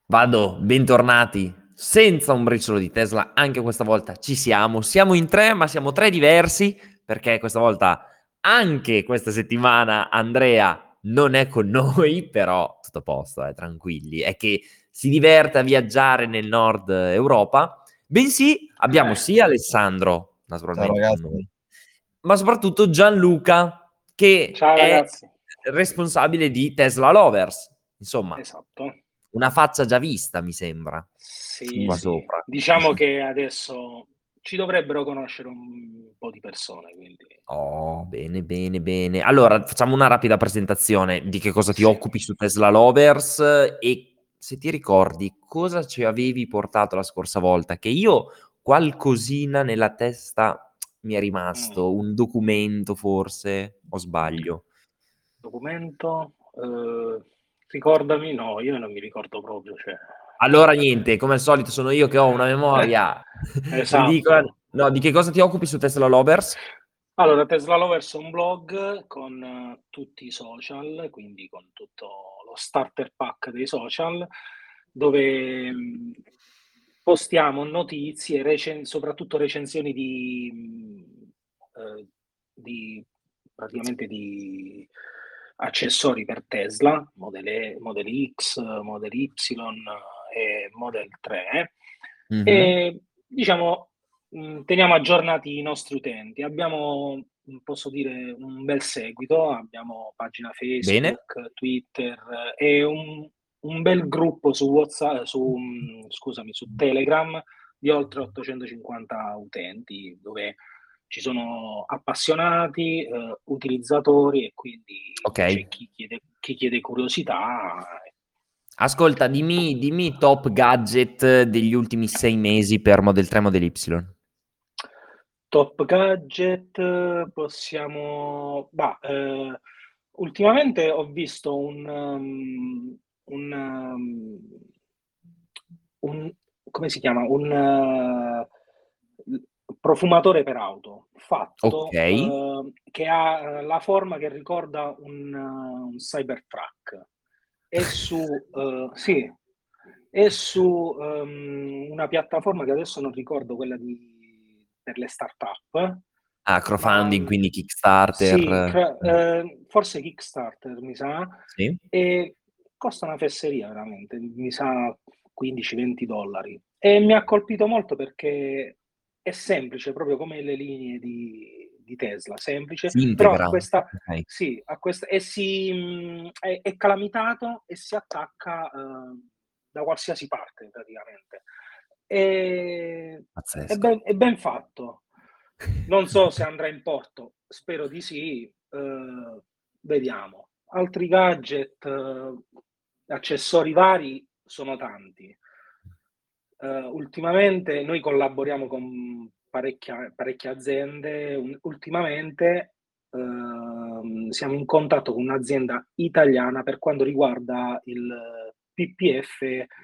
Vado, bentornati. Senza un briciolo di Tesla, anche questa volta ci siamo. Siamo in tre, ma siamo tre diversi, perché questa volta, anche questa settimana, Andrea non è con noi, però tutto a posto, tranquilli. È che si diverte a viaggiare nel nord Europa, bensì abbiamo sia Alessandro, Ciao naturalmente con ragazzi. noi, ma soprattutto Gianluca, che Ciao è ragazzi, responsabile di Tesla Lovers. Insomma, esatto. una faccia già vista, mi sembra, Sì, qua sì. sopra. Diciamo che adesso ci dovrebbero conoscere un po' di persone, quindi Oh, bene, bene, bene. Allora, facciamo una rapida presentazione di che cosa ti sì. occupi su Tesla Lovers e se ti ricordi cosa ci avevi portato la scorsa volta, che io qualcosina nella testa mi è Mm. rimasto, un documento forse, o sbaglio? Documento, ricordami? No, io non mi ricordo proprio, cioè. Allora niente, come al solito sono io che ho una memoria ridicola. Esatto. No, di che cosa ti occupi su Tesla Lovers? Allora, Tesla Lovers è un blog con tutti i social, quindi con tutto lo starter pack dei social, dove postiamo notizie, soprattutto recensioni di praticamente di accessori per Tesla, Model X, Model Y e Model 3. Mhm. E diciamo teniamo aggiornati i nostri utenti. Abbiamo, posso dire, un bel seguito, abbiamo pagina Bene. Facebook, Twitter e un bel gruppo su WhatsApp, scusami, su Telegram di oltre 850 utenti, dove ci sono appassionati, utilizzatori e quindi Ok. c'è chi chiede curiosità. Ascolta, dimmi i top gadget degli ultimi 6 mesi per Model 3 Model Y. Top gadget, possiamo... ultimamente ho visto un- come si chiama? Profumatore per auto Ok. fatto che ha la forma che ricorda un Cybertruck. È su, sì, è su una piattaforma che adesso non ricordo, quella per le start-up, Ah, ma crowdfunding, quindi sì, Kickstarter. forse Kickstarter mi sa, Sì. e costa una fesseria veramente, mi sa 15-20 dollari. E mi ha colpito molto perché è semplice, proprio come le linee di Tesla, semplice, Si però ha integra. questa, Ok. sì, ha questa, e è calamitato e si attacca da qualsiasi parte praticamente. Pazzesco. È ben fatto. Non so se andrà in porto, spero di sì, vediamo. Altri gadget, accessori vari sono tanti. Ultimamente noi collaboriamo con parecchie aziende. Ultimamente siamo in contatto con un'azienda italiana per quanto riguarda il PPF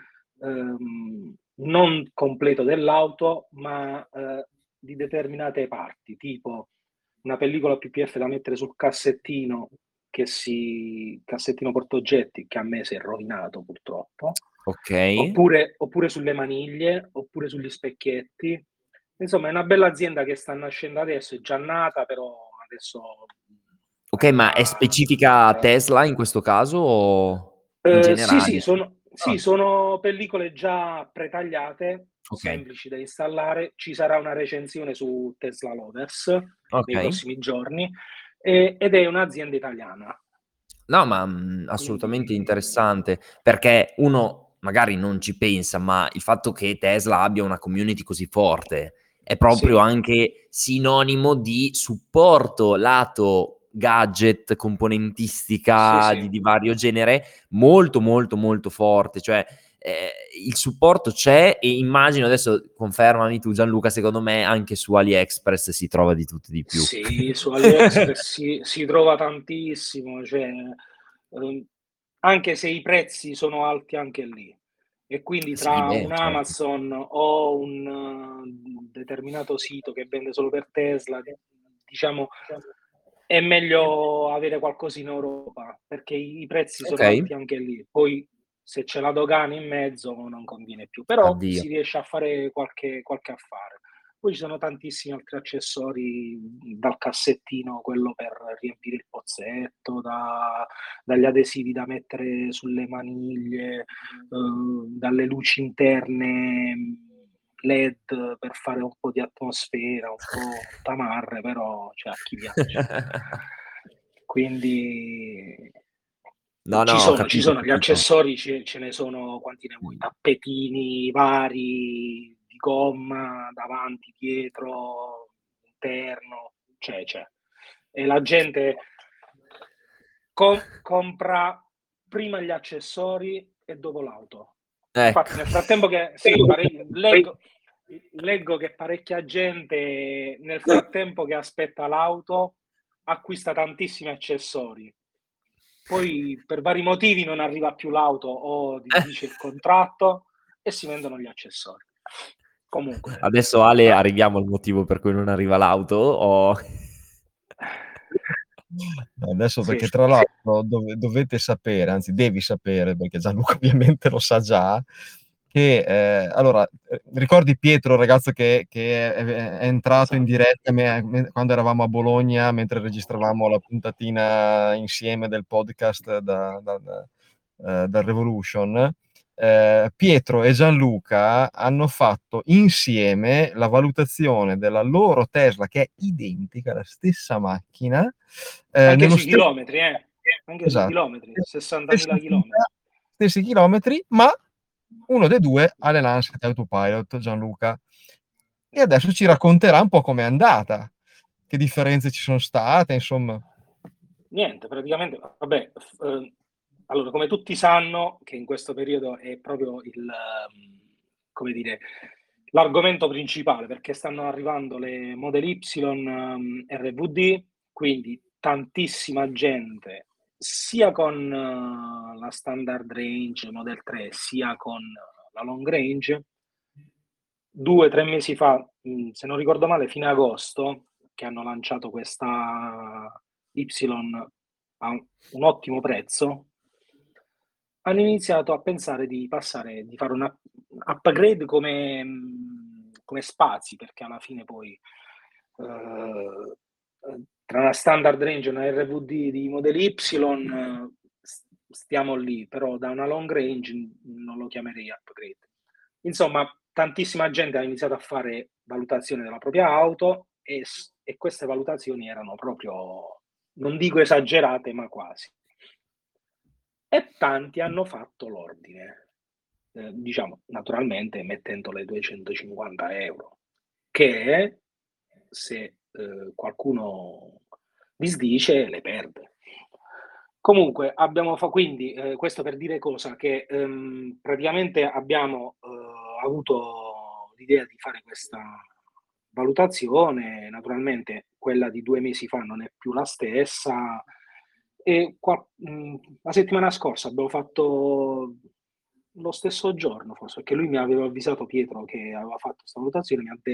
non completo dell'auto, ma di determinate parti, tipo una pellicola PPF da mettere sul cassettino cassettino portaoggetti che a me si è rovinato purtroppo, Ok. oppure sulle maniglie, oppure sugli specchietti. Insomma, è una bella azienda che sta nascendo adesso, è già nata, però adesso Ok, ma è andrà. specifica a Tesla in questo caso o in Sì, sì, generale? sì, Ah, sono pellicole già pretagliate, ok. semplici da installare. Ci sarà una recensione su Tesla Lovers Ok. nei prossimi giorni, ed è un'azienda italiana. No, ma assolutamente Quindi interessante, perché uno magari non ci pensa, ma il fatto che Tesla abbia una community così forte è proprio sì, anche sinonimo di supporto lato gadget, sì, componentistica sì. di vario genere, molto, molto, molto forte. Cioè, il supporto c'è e immagino, adesso confermami tu Gianluca, secondo me anche su AliExpress si trova di tutto e di più. Sì, su AliExpress si trova tantissimo, cioè, ehm, anche se i prezzi sono alti anche lì. E quindi Sì, tra beh, un certo. Amazon o un determinato sito che vende solo per Tesla, diciamo, è meglio avere qualcosa in Europa, perché i prezzi sono Okay. alti anche lì. Poi se c'è la dogana in mezzo non conviene più, però Addio. si riesce a fare qualche affare. Poi ci sono tantissimi altri accessori, dal cassettino, quello per riempire il pozzetto, dagli adesivi da mettere sulle maniglie, dalle luci interne LED per fare un po' di atmosfera, un po' tamarre, però cioè, a chi piace. Quindi No, ci no, ho sono, capito, ho gli capito. accessori, ce ne sono quanti ne vuoi, tappetini vari di gomma, davanti, dietro, interno, c'è. E la gente compra prima gli accessori e dopo l'auto. Ecco. Infatti, nel frattempo che leggo che parecchia gente nel frattempo che aspetta l'auto acquista tantissimi accessori. Poi per vari motivi non arriva più l'auto o dice il contratto e si vendono gli accessori. Comunque, Adesso Ale arriviamo al motivo per cui non arriva l'auto o... Adesso sì. perché tra l'altro dovete sapere, anzi devi sapere, perché Gianluca ovviamente lo sa già, che allora ricordi Pietro, il ragazzo che è entrato in diretta quando eravamo a Bologna mentre registravamo la puntatina insieme del podcast dal Revolution? Pietro e Gianluca hanno fatto insieme la valutazione della loro Tesla, che è identica, la stessa macchina, anche nello sui stesso... chilometri, anche sui Esatto. chilometri, Stessa 60.000 guida, chilometri. stessi chilometri, ma uno dei due ha le Lancet Autopilot, Gianluca. E adesso ci racconterà un po' com'è andata, che differenze ci sono state, insomma. Niente, praticamente, vabbè, allora, come tutti sanno, che in questo periodo è proprio come dire, l'argomento principale, perché stanno arrivando le Model Y RVD, quindi tantissima gente, sia con la standard range Model 3, sia con la long range. 2 o 3 mesi fa, se non ricordo male, fine agosto, che hanno lanciato questa Y a un ottimo prezzo, hanno iniziato a pensare di fare un upgrade come spazi, perché alla fine poi tra una standard range e una RVD di Model Y stiamo lì, però da una long range non lo chiamerei upgrade. Insomma, tantissima gente ha iniziato a fare valutazione della propria auto e queste valutazioni erano proprio, non dico esagerate, ma quasi. E tanti hanno fatto l'ordine, diciamo, naturalmente mettendo le 250 euro, che se qualcuno disdice le perde. Comunque abbiamo quindi questo per dire cosa? Che praticamente abbiamo avuto l'idea di fare questa valutazione, naturalmente quella di 2 mesi fa non è più la stessa, e la settimana scorsa abbiamo fatto lo stesso giorno, forse, perché lui mi aveva avvisato, Pietro, che aveva fatto questa valutazione, mi ha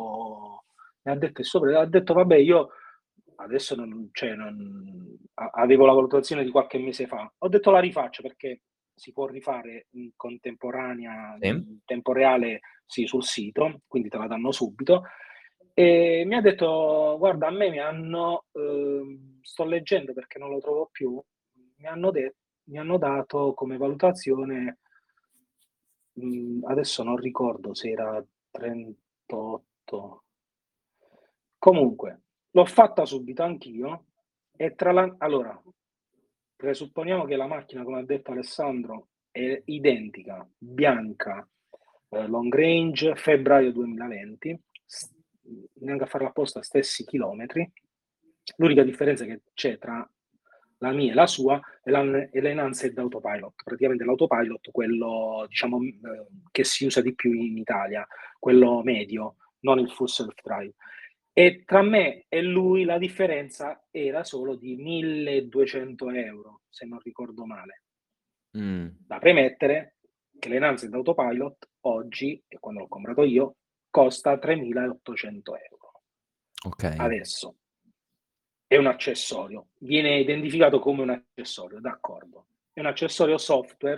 detto vabbè, io adesso avevo la valutazione di qualche mese fa, ho detto la rifaccio perché si può rifare in contemporanea, Sì? in tempo reale, sì, sul sito, quindi te la danno subito. E mi ha detto, guarda, a me sto leggendo perché non lo trovo più, mi hanno dato come valutazione, adesso non ricordo se era 38. Comunque, l'ho fatta subito anch'io e allora, presupponiamo che la macchina, come ha detto Alessandro, è identica, bianca, long range, febbraio 2020, neanche a farla apposta, stessi chilometri. L'unica differenza che c'è tra la mia e la sua è l'enhanced autopilot, praticamente l'autopilot, quello diciamo che si usa di più in Italia, quello medio, non il full self-drive. E tra me e lui la differenza era solo di 1.200 euro, se non ricordo male. Da premettere che l'enhanced autopilot oggi, e quando l'ho comprato io, costa 3.800 euro. Ok. Adesso è un accessorio, viene identificato come un accessorio, d'accordo. È un accessorio software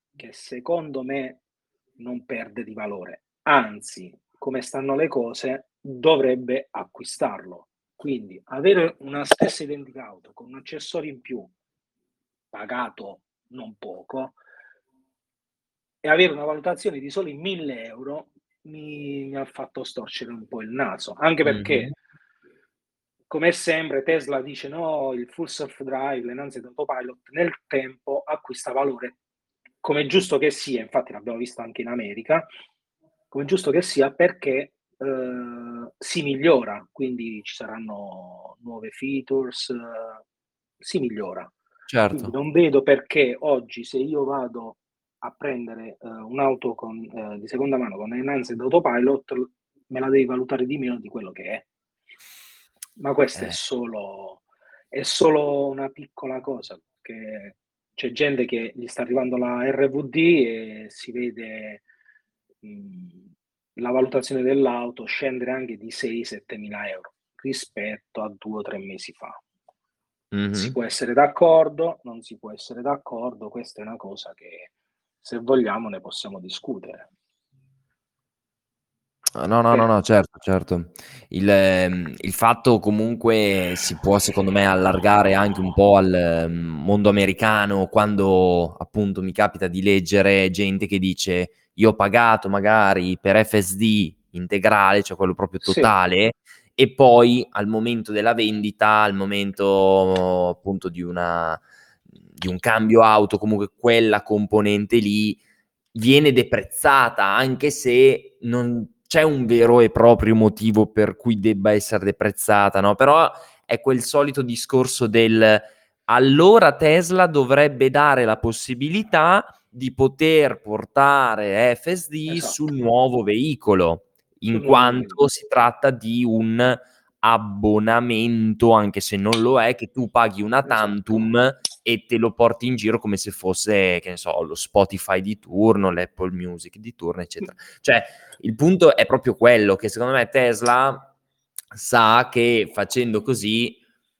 che secondo me non perde di valore, anzi, come stanno le cose, dovrebbe acquistarlo. Quindi avere una stessa identica auto con un accessorio in più, pagato non poco, e avere una valutazione di soli 1.000 euro mi ha fatto storcere un po' il naso, anche perché, come sempre, Tesla dice no, il full self-drive, l'enhanced autopilot, nel tempo acquista valore, come è giusto che sia, infatti l'abbiamo visto anche in America, come è giusto che sia, perché si migliora, quindi ci saranno nuove features, si migliora. Quindi Certo. non vedo perché oggi, se io vado a prendere un'auto di seconda mano con enhanced autopilot, me la devi valutare di meno di quello che è. Ma questa è solo una piccola cosa, perché c'è gente che gli sta arrivando la RVD e si vede la valutazione dell'auto scendere anche di 6-7 mila euro rispetto a 2 o 3 mesi fa. Si può essere d'accordo, non si può essere d'accordo, questa è una cosa che, se vogliamo, ne possiamo discutere. No, certo. Il fatto comunque si può, secondo me, allargare anche un po' al mondo americano, quando appunto mi capita di leggere gente che dice io ho pagato magari per FSD integrale, cioè quello proprio Sì, totale, e poi al momento della vendita, al momento appunto di un cambio auto, comunque quella componente lì viene deprezzata, anche se non c'è un vero e proprio motivo per cui debba essere deprezzata, no? Però è quel solito discorso del allora Tesla dovrebbe dare la possibilità di poter portare FSD sul esatto, nuovo veicolo, in sul nuovo quanto veicolo. si tratta di un abbonamento, anche se non lo è, che tu paghi una Esatto. tantum e te lo porti in giro come se fosse, che ne so, lo Spotify di turno, l'Apple Music di turno, eccetera. Cioè, il punto è proprio quello, che secondo me Tesla sa che facendo così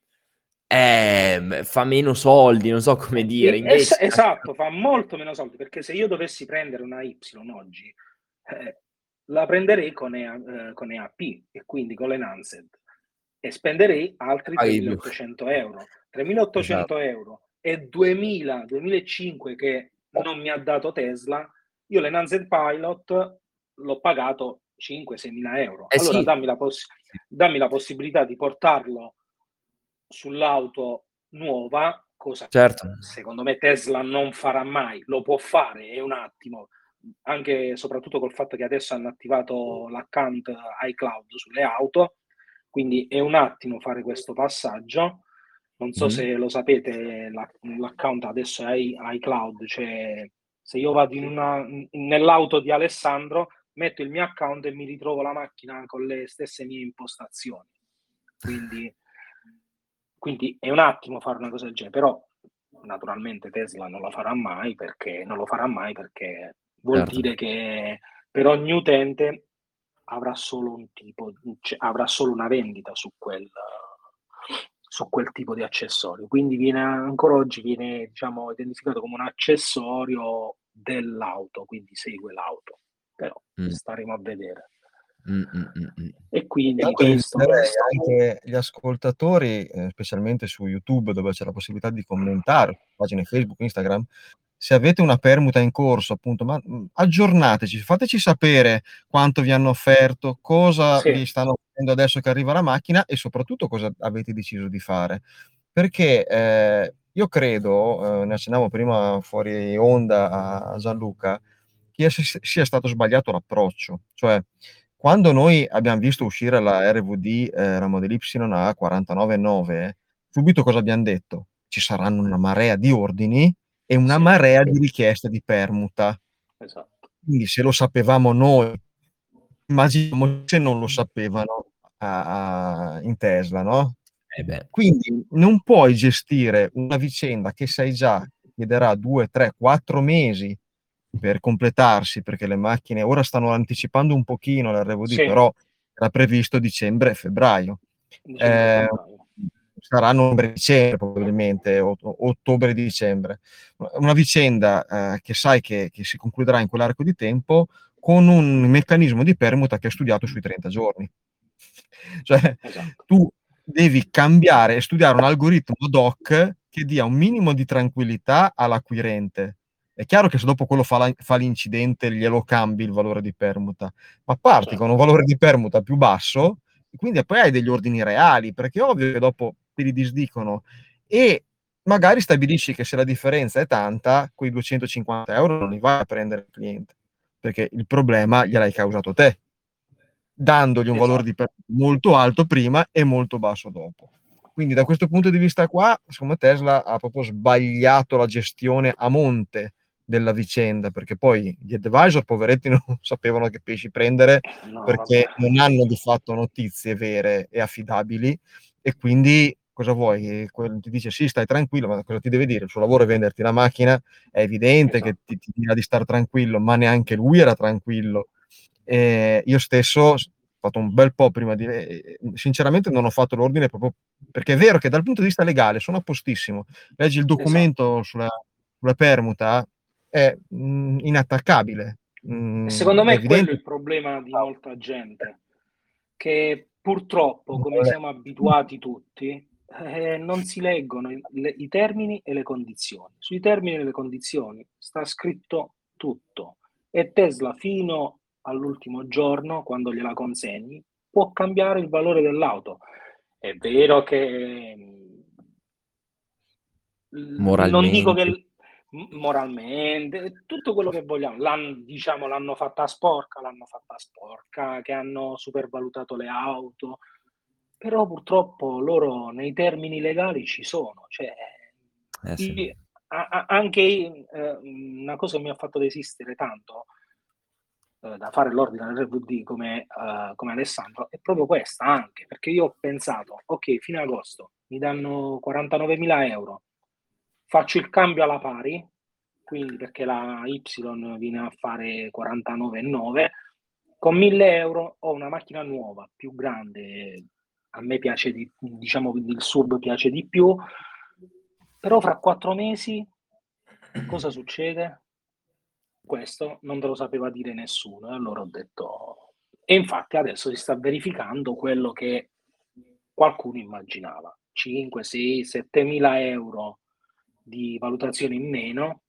fa meno soldi, non so come dire, invece... Esatto, fa molto meno soldi, perché se io dovessi prendere una Y oggi, la prenderei con EAP e quindi con l'Enhanced e spenderei altri Paghi più. 3.800 euro. 3.800 Esatto. euro e 2.000, 2.500 che non mi ha dato Tesla, io l'Enhanced Pilot l'ho pagato 5-6 mila euro. Eh Allora sì, dammi la possibilità di portarlo sull'auto nuova, cosa che certo. secondo me Tesla non farà mai, lo può fare, è un attimo, anche soprattutto col fatto che adesso hanno attivato l'account iCloud sulle auto, quindi è un attimo fare questo passaggio. Non so se lo sapete, l'account adesso è iCloud, cioè se io vado nell'auto di Alessandro, metto il mio account e mi ritrovo la macchina con le stesse mie impostazioni. Quindi è un attimo fare una cosa del genere, però naturalmente Tesla non lo farà mai perché vuol Certo. dire che per ogni utente avrà solo avrà solo una vendita su quel tipo di accessorio. Quindi ancora oggi viene, diciamo, identificato come un accessorio dell'auto, quindi segue l'auto. Però staremo a vedere. E quindi Intanto questo. inviterei anche gli ascoltatori, specialmente su YouTube, dove c'è la possibilità di commentare, pagine Facebook, Instagram, se avete una permuta in corso, appunto, ma aggiornateci, fateci sapere quanto vi hanno offerto, cosa Sì, vi stanno offrendo adesso che arriva la macchina e soprattutto cosa avete deciso di fare. Perché io credo, ne accennavo prima fuori onda a Gianluca, che sia stato sbagliato l'approccio. Cioè, quando noi abbiamo visto uscire la RVD, la Model Y a 49.9, subito cosa abbiam detto? Ci saranno una marea di ordini e una sì, marea di richieste di permuta. esatto. Quindi se lo sapevamo noi, immaginiamo se non lo sapevano in Tesla, no? Beh. Quindi non puoi gestire una vicenda che sai già che chiederà 2, 3, 4 mesi per completarsi, perché le macchine ora stanno anticipando un pochino l'RVD, Sì, però era previsto dicembre e febbraio. dicembre-febbraio. sarà novembre-dicembre probabilmente, ottobre-dicembre. Una vicenda che sai che si concluderà in quell'arco di tempo con un meccanismo di permuta che è studiato sui 30 giorni. Cioè, Esatto. tu devi cambiare e studiare un algoritmo ad hoc che dia un minimo di tranquillità all'acquirente. È chiaro che se dopo quello fa l'incidente glielo cambi il valore di permuta, ma parti con un valore di permuta più basso e quindi poi hai degli ordini reali, perché è ovvio che dopo te li disdicono e magari stabilisci che se la differenza è tanta, quei 250 euro non li vai a prendere il cliente, perché il problema gliel'hai causato te, dandogli un valore di permuta molto alto prima e molto basso dopo. Quindi da questo punto di vista qua, secondo me Tesla ha proprio sbagliato la gestione a monte della vicenda, perché poi gli advisor poveretti non sapevano che pesci prendere, No, perché vabbè. non hanno di fatto notizie vere e affidabili e quindi cosa vuoi? Ti dice sì, stai tranquillo, ma cosa ti deve dire? Il suo lavoro è venderti la macchina, è evidente che ti dirà di star tranquillo, ma neanche lui era tranquillo. Io stesso ho fatto un bel po' prima di sinceramente non ho fatto l'ordine proprio perché è vero che dal punto di vista legale sono a postissimo. Leggi il documento sulla permuta, è inattaccabile. Secondo È me è quello evidente. il problema di molta gente, che purtroppo, come siamo abituati tutti, non si leggono i termini e le condizioni. Sui termini e le condizioni sta scritto tutto e Tesla fino all'ultimo giorno, quando gliela consegni, può cambiare il valore dell'auto. È vero che non dico Moralmente. che moralmente, tutto quello che vogliamo, l'hanno fatta sporca, che hanno supervalutato le auto, però purtroppo loro nei termini legali ci sono, cioè, Sì. anche una cosa che mi ha fatto desistere tanto da fare l'ordine RVD come Alessandro è proprio questa anche, perché io ho pensato, ok, fino ad agosto mi danno 49.000 euro, faccio il cambio alla pari, quindi perché la Y viene a fare 49,9, con 1.000 euro ho una macchina nuova, più grande, a me piace diciamo il sub piace di più, però fra 4 mesi cosa succede? Questo non te lo sapeva dire nessuno e allora ho detto... E infatti adesso si sta verificando quello che qualcuno immaginava. 5, 6, 7 mila euro di valutazione in meno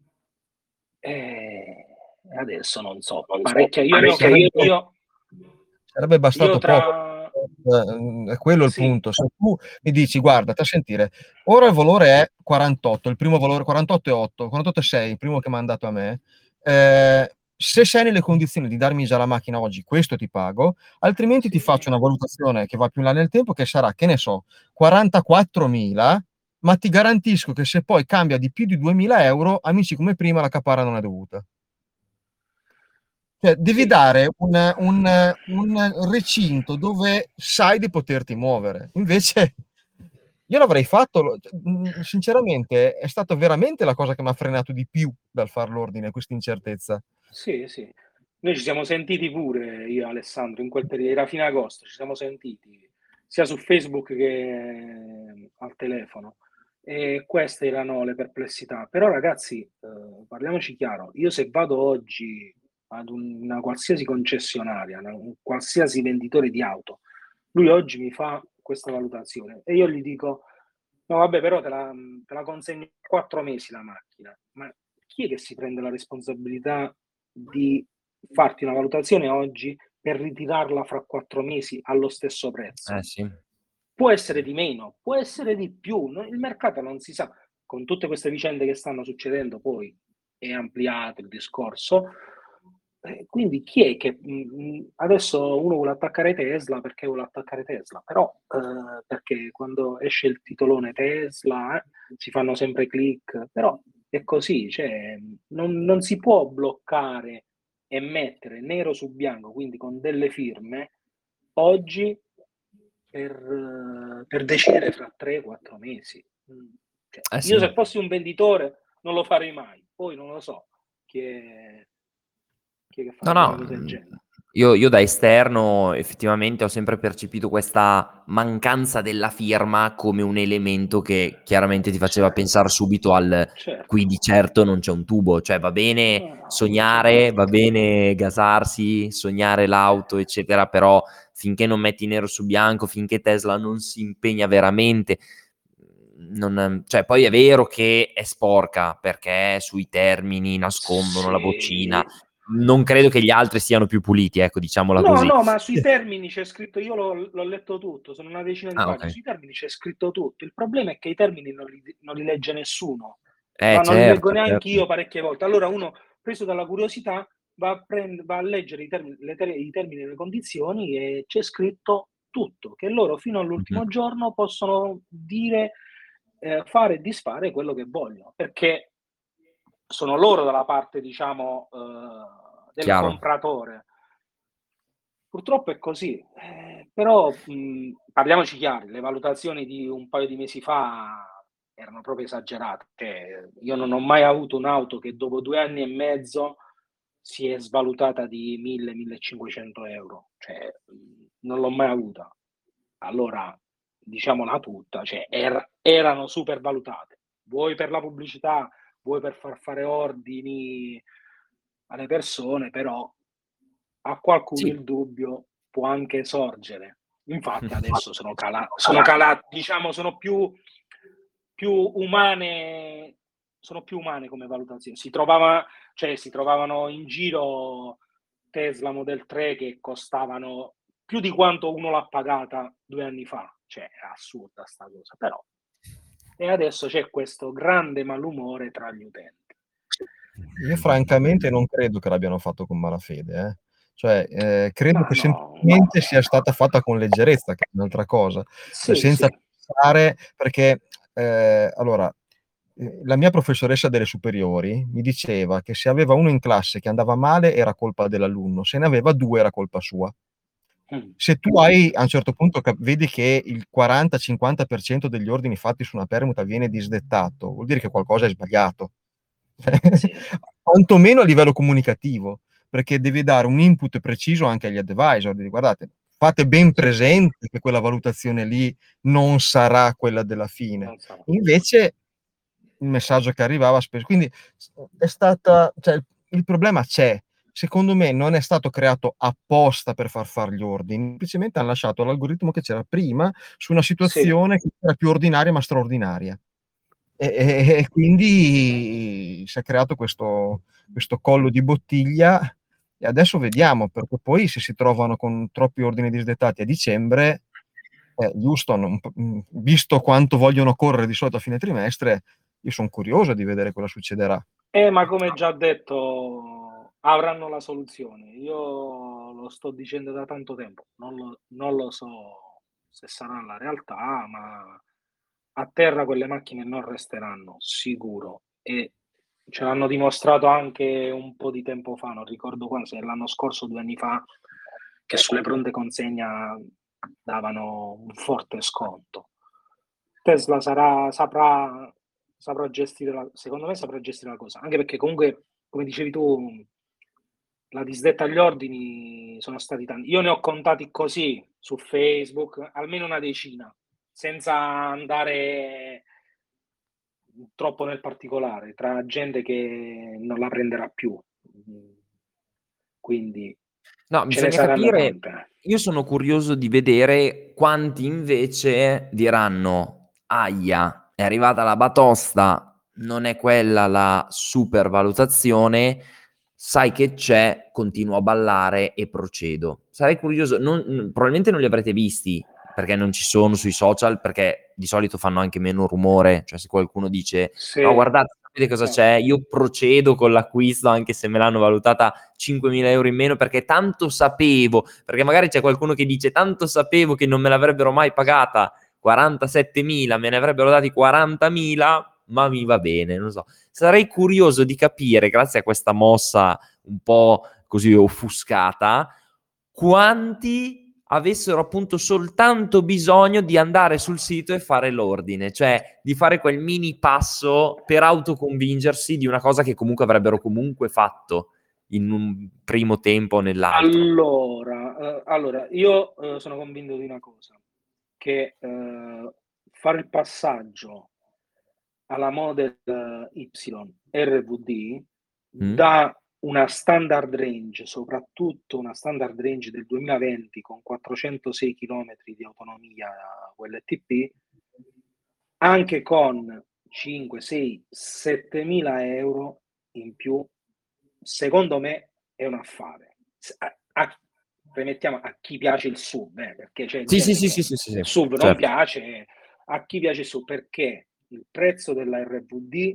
e adesso non so, parecchia... Io ne ho... Sarebbe Io bastato poco. tra... È quello il Sì, punto. Se tu mi dici, guarda, a sentire, ora il valore è 48, il primo valore 48,8, 48,6, il primo che mi ha mandato a me. Se sei nelle condizioni di darmi già la macchina oggi, questo ti pago, altrimenti ti faccio una valutazione che va più in là nel tempo, che sarà, che ne so, 44.000, ma ti garantisco che se poi cambia di più di 2.000 euro, amici come prima, la caparra non è dovuta. Cioè, devi sì, dare un recinto dove sai di poterti muovere. Invece io l'avrei fatto, sinceramente, è stata veramente la cosa che mi ha frenato di più dal far l'ordine, questa incertezza. sì, sì. Noi ci siamo sentiti pure, io e Alessandro, in quel periodo, era fine agosto, ci siamo sentiti sia su Facebook che al telefono. E queste erano le perplessità. Però ragazzi, parliamoci chiaro, io se vado oggi ad una qualsiasi concessionaria, un qualsiasi venditore di auto, lui oggi mi fa questa valutazione e io gli dico, no vabbè, però te la consegno 4 mesi la macchina, ma chi è che si prende la responsabilità di farti una valutazione oggi per ritirarla fra 4 mesi allo stesso prezzo? Sì. Può essere di meno, può essere di più, il mercato non si sa. Con tutte queste vicende che stanno succedendo, poi è ampliato il discorso. Quindi chi è che adesso uno vuole attaccare Tesla perché vuole attaccare Tesla, però perché quando esce il titolone Tesla si fanno sempre click, però è così, cioè, non si può bloccare e mettere nero su bianco, quindi con delle firme, oggi per decidere fra 3-4 mesi. Cioè, io Sì. se fossi un venditore non lo farei mai, poi non lo so chi è che No, farebbe una no, cosa del genere. Io da esterno effettivamente ho sempre percepito questa mancanza della firma come un elemento che chiaramente ti faceva Certo, pensare subito al qui certo. di certo non c'è un tubo, cioè va No, bene no. sognare, va bene gasarsi, sognare l'auto, eccetera, però finché non metti nero su bianco, finché Tesla non si impegna veramente, cioè poi è vero che è sporca perché sui termini nascondono la vocina, Sì. non credo che gli altri siano più puliti, ecco, diciamola No, così. no, ma sui termini c'è scritto, io l'ho letto tutto, sono una decina di Ah, pagine, ok. sui termini c'è scritto tutto. Il problema è che i termini non li legge nessuno, ma non li leggo Certo, neanche certo. io parecchie volte. Allora uno, preso dalla curiosità, va a leggere i termini e le condizioni e c'è scritto tutto, che loro fino Mh-mh. all'ultimo giorno possono dire, fare e disfare quello che vogliono, perché sono loro dalla parte, diciamo, del Chiaro. compratore. Purtroppo è così, però, parliamoci chiari, le valutazioni di un paio di mesi fa erano proprio esagerate. Cioè, io non ho mai avuto un'auto che dopo 2 anni e mezzo si è svalutata di 1000, 1500 €. Cioè, non l'ho mai avuta. Allora, diciamola tutta, cioè erano supervalutate. Vuoi per la pubblicità, vuoi per far fare ordini alle persone, però a qualcuno Sì. il dubbio può anche sorgere. Infatti adesso sono calati, diciamo più umane sono più umane come valutazioni. Si trovavano in giro Tesla Model 3 che costavano più di quanto uno l'ha pagata 2 anni fa. Cioè, è assurda 'sta cosa, però e adesso c'è questo grande malumore tra gli utenti. Io francamente non credo che l'abbiano fatto con malafede, Cioè, credo Ma che no. semplicemente sia stata fatta con leggerezza, che è un'altra cosa. Cioè Sì, senza sì. pensare perché, allora, la mia professoressa delle superiori mi diceva che se aveva uno in classe che andava male era colpa dell'alunno, se ne aveva 2 era colpa sua. Mh. Se tu hai a un certo punto vedi che il 40-50% degli ordini fatti su una permuta viene disdettato, vuol dire che qualcosa è sbagliato. Sì, Quantomeno a livello comunicativo, perché devi dare un input preciso anche agli advisor, dire: "Guardate, fate ben sì, presente che quella valutazione lì non sarà quella della fine". non so. Invece il messaggio che arrivava quindi è stata cioè il problema c'è. Secondo me non è stato creato apposta per far gli ordini, semplicemente han lasciato l'algoritmo che c'era prima su una Sì, situazione che era più ordinaria ma straordinaria. E quindi si è creato questo collo di bottiglia e adesso vediamo, perché poi se si trovano con troppi ordini disdettati a dicembre, Houston visto quanto vogliono correre di solito a fine trimestre, io son curioso di vedere cosa succederà. ma come già detto avranno la soluzione. Io lo sto dicendo da tanto tempo, non lo so se sarà la realtà, ma a terra quelle macchine non resteranno, sicuro. E ce l'hanno dimostrato anche un po' di tempo fa, non ricordo quando, se l'anno scorso o 2 anni fa, che sulle pronte consegna davano un forte sconto. Tesla saprà gestire secondo me saprà gestire la cosa, anche perché comunque, come dicevi tu, la disdetta agli ordini sono stati tanti. Io ne ho contati così su Facebook, almeno una decina, senza andare troppo nel particolare, tra gente che non la prenderà più. Quindi No, ce ne bisogna saranno capire, tante. io sono curioso di vedere quanti invece diranno: "Ahia, è arrivata la batosta, non è quella la supervalutazione, sai che c'è, continuo a ballare e procedo". Sarei curioso, probabilmente non li avrete visti, perché non ci sono sui social, perché di solito fanno anche meno rumore, cioè se qualcuno dice: "No Sì, guardate, sapete cosa sì, c'è? Io procedo con l'acquisto anche se me l'hanno valutata 5.000 euro in meno perché tanto sapevo", perché magari c'è qualcuno che dice: "Tanto sapevo che non me l'avrebbero mai pagata 47.000, me ne avrebbero dati 40.000, ma mi va bene", non so. Sarei curioso di capire, grazie a questa mossa un po' così offuscata, quanti avessero appunto soltanto bisogno di andare sul sito e fare l'ordine, cioè di fare quel mini passo per autoconvincersi di una cosa che comunque avrebbero comunque fatto. in un primo tempo o nell'altro? Allora, io sono convinto di una cosa, che fare il passaggio alla Model Y RVD dà una standard range, soprattutto una standard range del 2020 con 406 km di autonomia WLTP, anche con 5, 6, 7 mila euro in più, secondo me è un affare. Premettiamo a chi piace il SUV, perché c'è Sì, gente sì, che sì, il SUV non certo. piace, a chi piace il SUV, perché il prezzo della RVD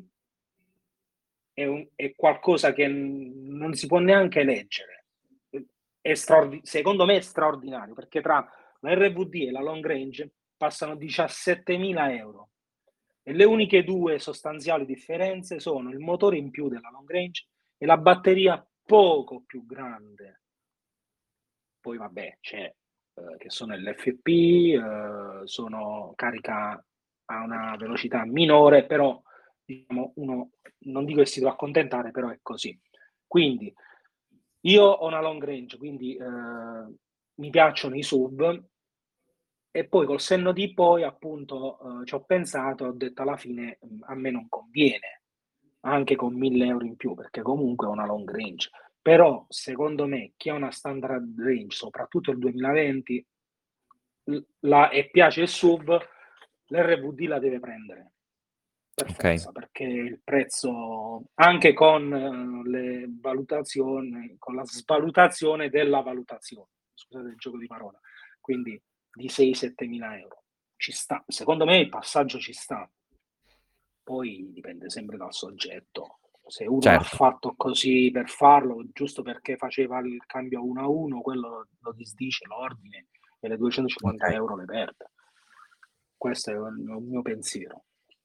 è qualcosa che non si può neanche leggere. Secondo me è straordinario, perché tra la RVD e la long range passano 17.000 euro. E le uniche due sostanziali differenze sono il motore in più della long range e la batteria poco più grande. Poi vabbè, c'è che sono l'FP, sono carica a una velocità minore, però diciamo uno non dico che si deve accontentare, però è così. Quindi io ho una long range, quindi mi piacciono i SUV, e poi col senno di poi appunto ci ho pensato, ho detto alla fine a me non conviene, anche con 1.000 euro in più, perché comunque ho una long range. Però secondo me chi ha una standard range, soprattutto il 2020, e piace il SUV, l'RVD la deve prendere per forza, perché il prezzo, anche con le valutazioni, con la svalutazione della valutazione, scusate il gioco di parola, quindi di 6-7 mila euro. Ci sta, secondo me il passaggio ci sta, poi dipende sempre dal soggetto. Se uno l'ha fatto così per farlo, giusto perché faceva il cambio 1-1, quello lo disdice l'ordine e le 250 euro le perde. Questo è il mio pensiero.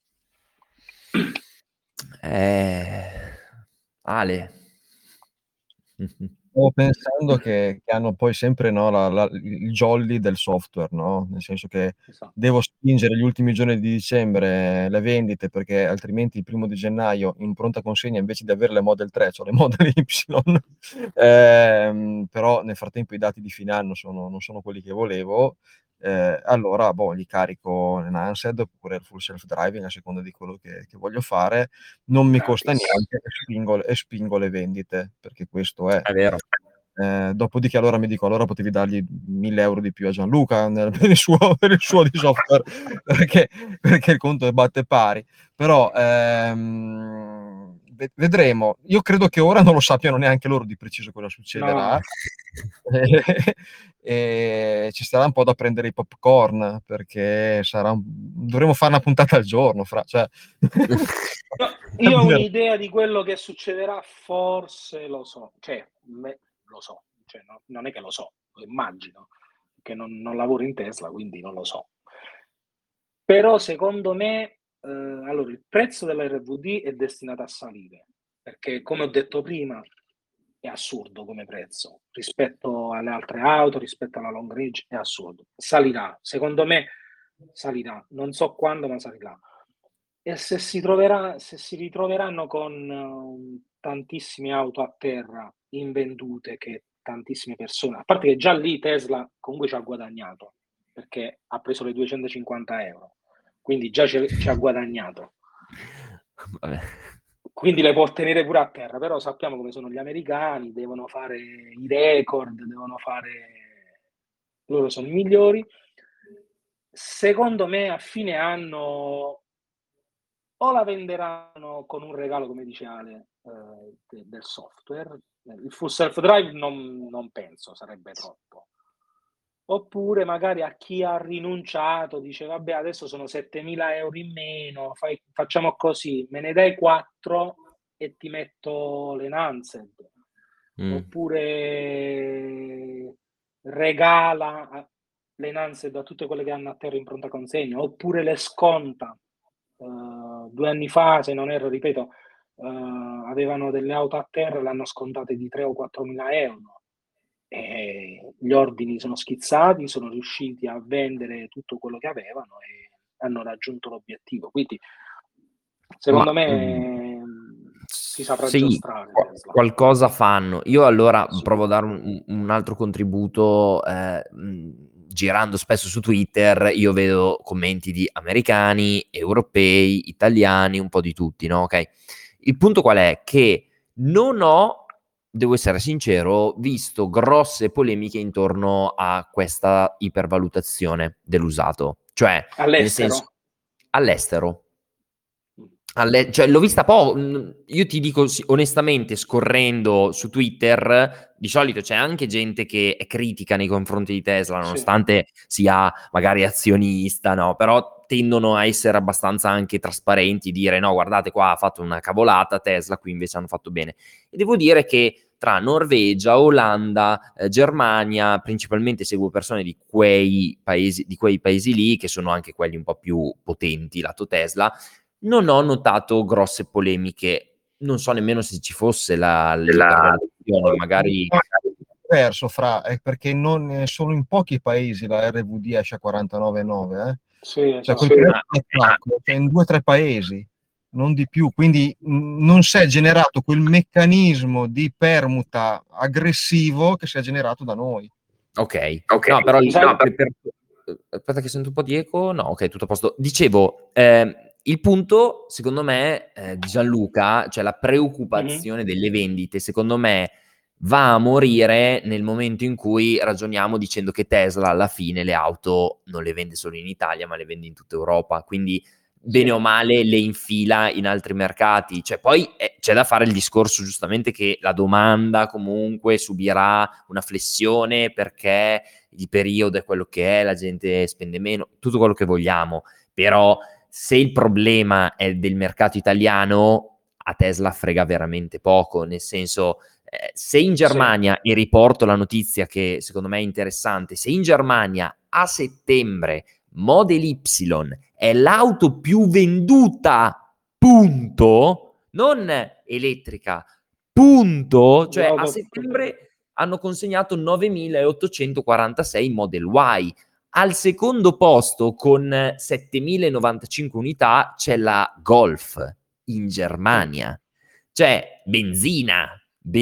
Ale. Stavo pensando che hanno poi sempre, no, il jolly del software, no? Nel senso che devo spingere gli ultimi giorni di dicembre le vendite, perché altrimenti il 1° di gennaio in pronta consegna, invece di avere le Model 3, c'ho le Model Y. Però nel frattempo i dati di fine anno non sono quelli che volevo. Allora li carico in Ansed oppure il full self driving, a seconda di quello che voglio fare. Non mi costa niente e spingo le vendite, perché questo è. È vero. Dopodiché allora mi dico, allora potevi dargli 1.000 euro di più a Gianluca per il suo di software, perché il conto batte pari. Però vedremo. Io credo che ora non lo sappiano neanche loro di preciso cosa succederà. No. E ci sarà un po' da prendere i popcorn, perché dovremo fare una puntata al giorno, cioè. Io ho un'idea di quello che succederà, forse lo so, lo so, non è che lo so, lo immagino, che non lavoro in Tesla, quindi non lo so. Però secondo me, allora, il prezzo della RVD è destinato a salire, perché come ho detto prima è assurdo come prezzo rispetto alle altre auto, rispetto alla long range, è assurdo. Salirà, secondo me salirà, non so quando, ma salirà. E se si ritroveranno con tantissime auto a terra invendute, che tantissime persone, a parte che già lì Tesla comunque ci ha guadagnato, perché ha preso le 250 euro, quindi già ci ha guadagnato. Vabbè. Quindi le può tenere pure a terra, però sappiamo come sono gli americani, devono fare i record, loro sono i migliori. Secondo me a fine anno o la venderanno con un regalo, come dice Ale, del software. Il full self drive non penso, sarebbe troppo. Oppure magari a chi ha rinunciato dice vabbè, adesso sono 7.000 euro in meno, facciamo così, me ne dai 4 e ti metto l'Enhanced. Oppure regala l'Enhanced a tutte quelle che hanno a terra in pronta consegna, oppure le sconta. 2 anni fa, se non erro, ripeto, avevano delle auto a terra e le hanno scontate di 3 o 4 mila euro. Gli ordini sono schizzati, sono riusciti a vendere tutto quello che avevano e hanno raggiunto l'obiettivo. Quindi, secondo me, si saprà Sì, giostrare Tesla. qualcosa fanno. Io allora Sì. provo a dare un altro contributo, girando spesso su Twitter, io vedo commenti di americani, europei, italiani, un po' di tutti, no? Ok. Il punto qual è? Che non ho, devo essere sincero, visto grosse polemiche intorno a questa ipervalutazione dell'usato. Cioè, nel senso, All'estero? all'estero. Cioè, l'ho vista io ti dico onestamente, scorrendo su Twitter, di solito c'è anche gente che è critica nei confronti di Tesla, Sì. nonostante sia magari azionista, no? Però tendono a essere abbastanza anche trasparenti, dire no, guardate qua ha fatto una cavolata Tesla, qui invece hanno fatto bene. E devo dire che tra Norvegia, Olanda, Germania, principalmente seguo persone di quei paesi lì, che sono anche quelli un po' più potenti lato Tesla, non ho notato grosse polemiche. Non so nemmeno se ci fosse l'ipervalutazione, magari... Diverso è perché non solo in pochi paesi la RVD esce a 49,9, Sì, cioè esatto. quel prezzo di attacco, cioè in 2 o 3 paesi, non di più, quindi non si è generato quel meccanismo di permuta aggressivo che si è generato da noi. Ok. No, però aspetta che sento un po' di eco. No, ok, tutto a posto. Dicevo, il punto, secondo me, di Gianluca, cioè la preoccupazione delle vendite, secondo me, va a morire nel momento in cui ragioniamo dicendo che Tesla alla fine le auto non le vende solo in Italia, ma le vende in tutta Europa. Quindi, bene o male, le infila in altri mercati. Cioè, poi c'è da fare il discorso giustamente che la domanda comunque subirà una flessione perché il periodo è quello che è, la gente spende meno, tutto quello che vogliamo. Però se il problema è del mercato italiano, a Tesla frega veramente poco, nel senso, se in Germania, e riporto la notizia che secondo me è interessante, se in Germania a settembre Model Y è l'auto più venduta, punto, non elettrica, punto, cioè a settembre hanno consegnato 9.846 Model Y. Al secondo posto con 7.095 unità c'è la Golf in Germania. Cioè, benzina.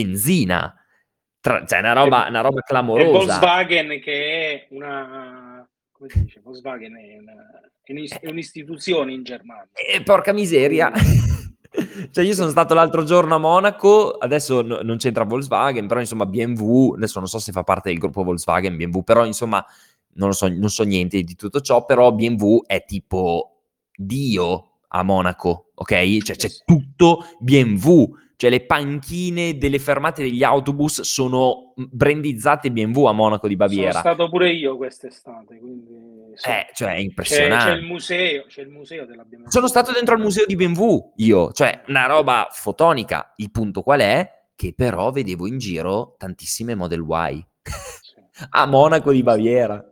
Cioè, una roba clamorosa. E Volkswagen che è una... come si dice? Volkswagen è un'istituzione in Germania. Porca miseria. Cioè, io sono stato l'altro giorno a Monaco, adesso non c'entra Volkswagen, però insomma BMW, adesso non so se fa parte del gruppo Volkswagen BMW, però insomma non so niente di tutto ciò, però BMW è tipo Dio a Monaco, ok? Cioè c'è tutto BMW, cioè le panchine delle fermate degli autobus sono brandizzate BMW a Monaco di Baviera. Sono stato pure io quest'estate, quindi sì. Cioè è impressionante. C'è il museo della BMW. Sono stato dentro al museo di BMW io, cioè una roba fotonica. Il punto qual è? Che però vedevo in giro tantissime Model Y a Monaco di Baviera.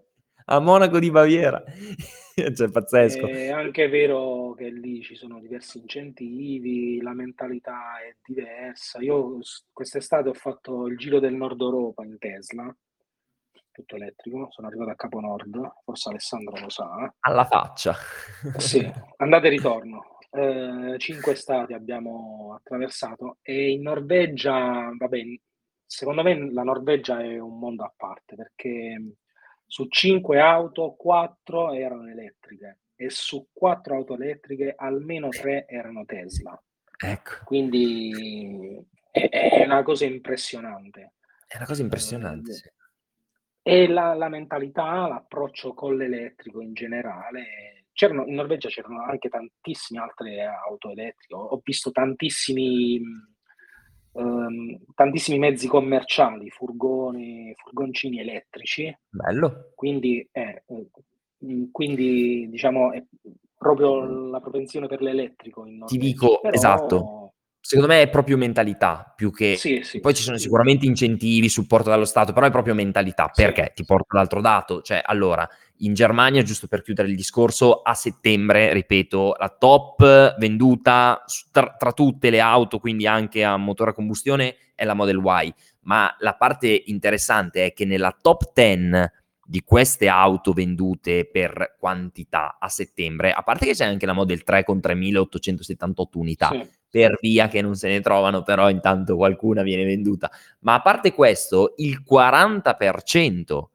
Cioè pazzesco. È anche vero che lì ci sono diversi incentivi, la mentalità è diversa. Io quest'estate ho fatto il giro del Nord Europa in Tesla, tutto elettrico, sono arrivato a Capo Nord, forse Alessandro lo sa. Alla faccia. Sì, andata e ritorno. 5 stati abbiamo attraversato e in Norvegia, vabbè, secondo me la Norvegia è un mondo a parte perché su 5 auto 4 erano elettriche e su 4 auto elettriche almeno 3 erano Tesla. Ecco. Quindi è una cosa impressionante. È una cosa impressionante, sì. E la mentalità, l'approccio con l'elettrico in generale. In Norvegia c'erano anche tantissime altre auto elettriche. Ho visto tantissimi mezzi commerciali, furgoncini elettrici. Bello. Quindi diciamo è proprio la propensione per l'elettrico in Norvegia. Ti dico, però... esatto. Secondo me è proprio mentalità, più che... Sì, poi ci sono sicuramente incentivi, supporto dallo Stato, però è proprio mentalità. Perché? Ti porto l'altro dato. Cioè, allora, in Germania, giusto per chiudere il discorso, a settembre, ripeto, la top venduta tra tutte le auto, quindi anche a motore a combustione, è la Model Y. Ma la parte interessante è che nella top 10 di queste auto vendute per quantità a settembre, a parte che c'è anche la Model 3 con 3.878 unità, per via che non se ne trovano, però intanto qualcuna viene venduta. Ma a parte questo, il 40%,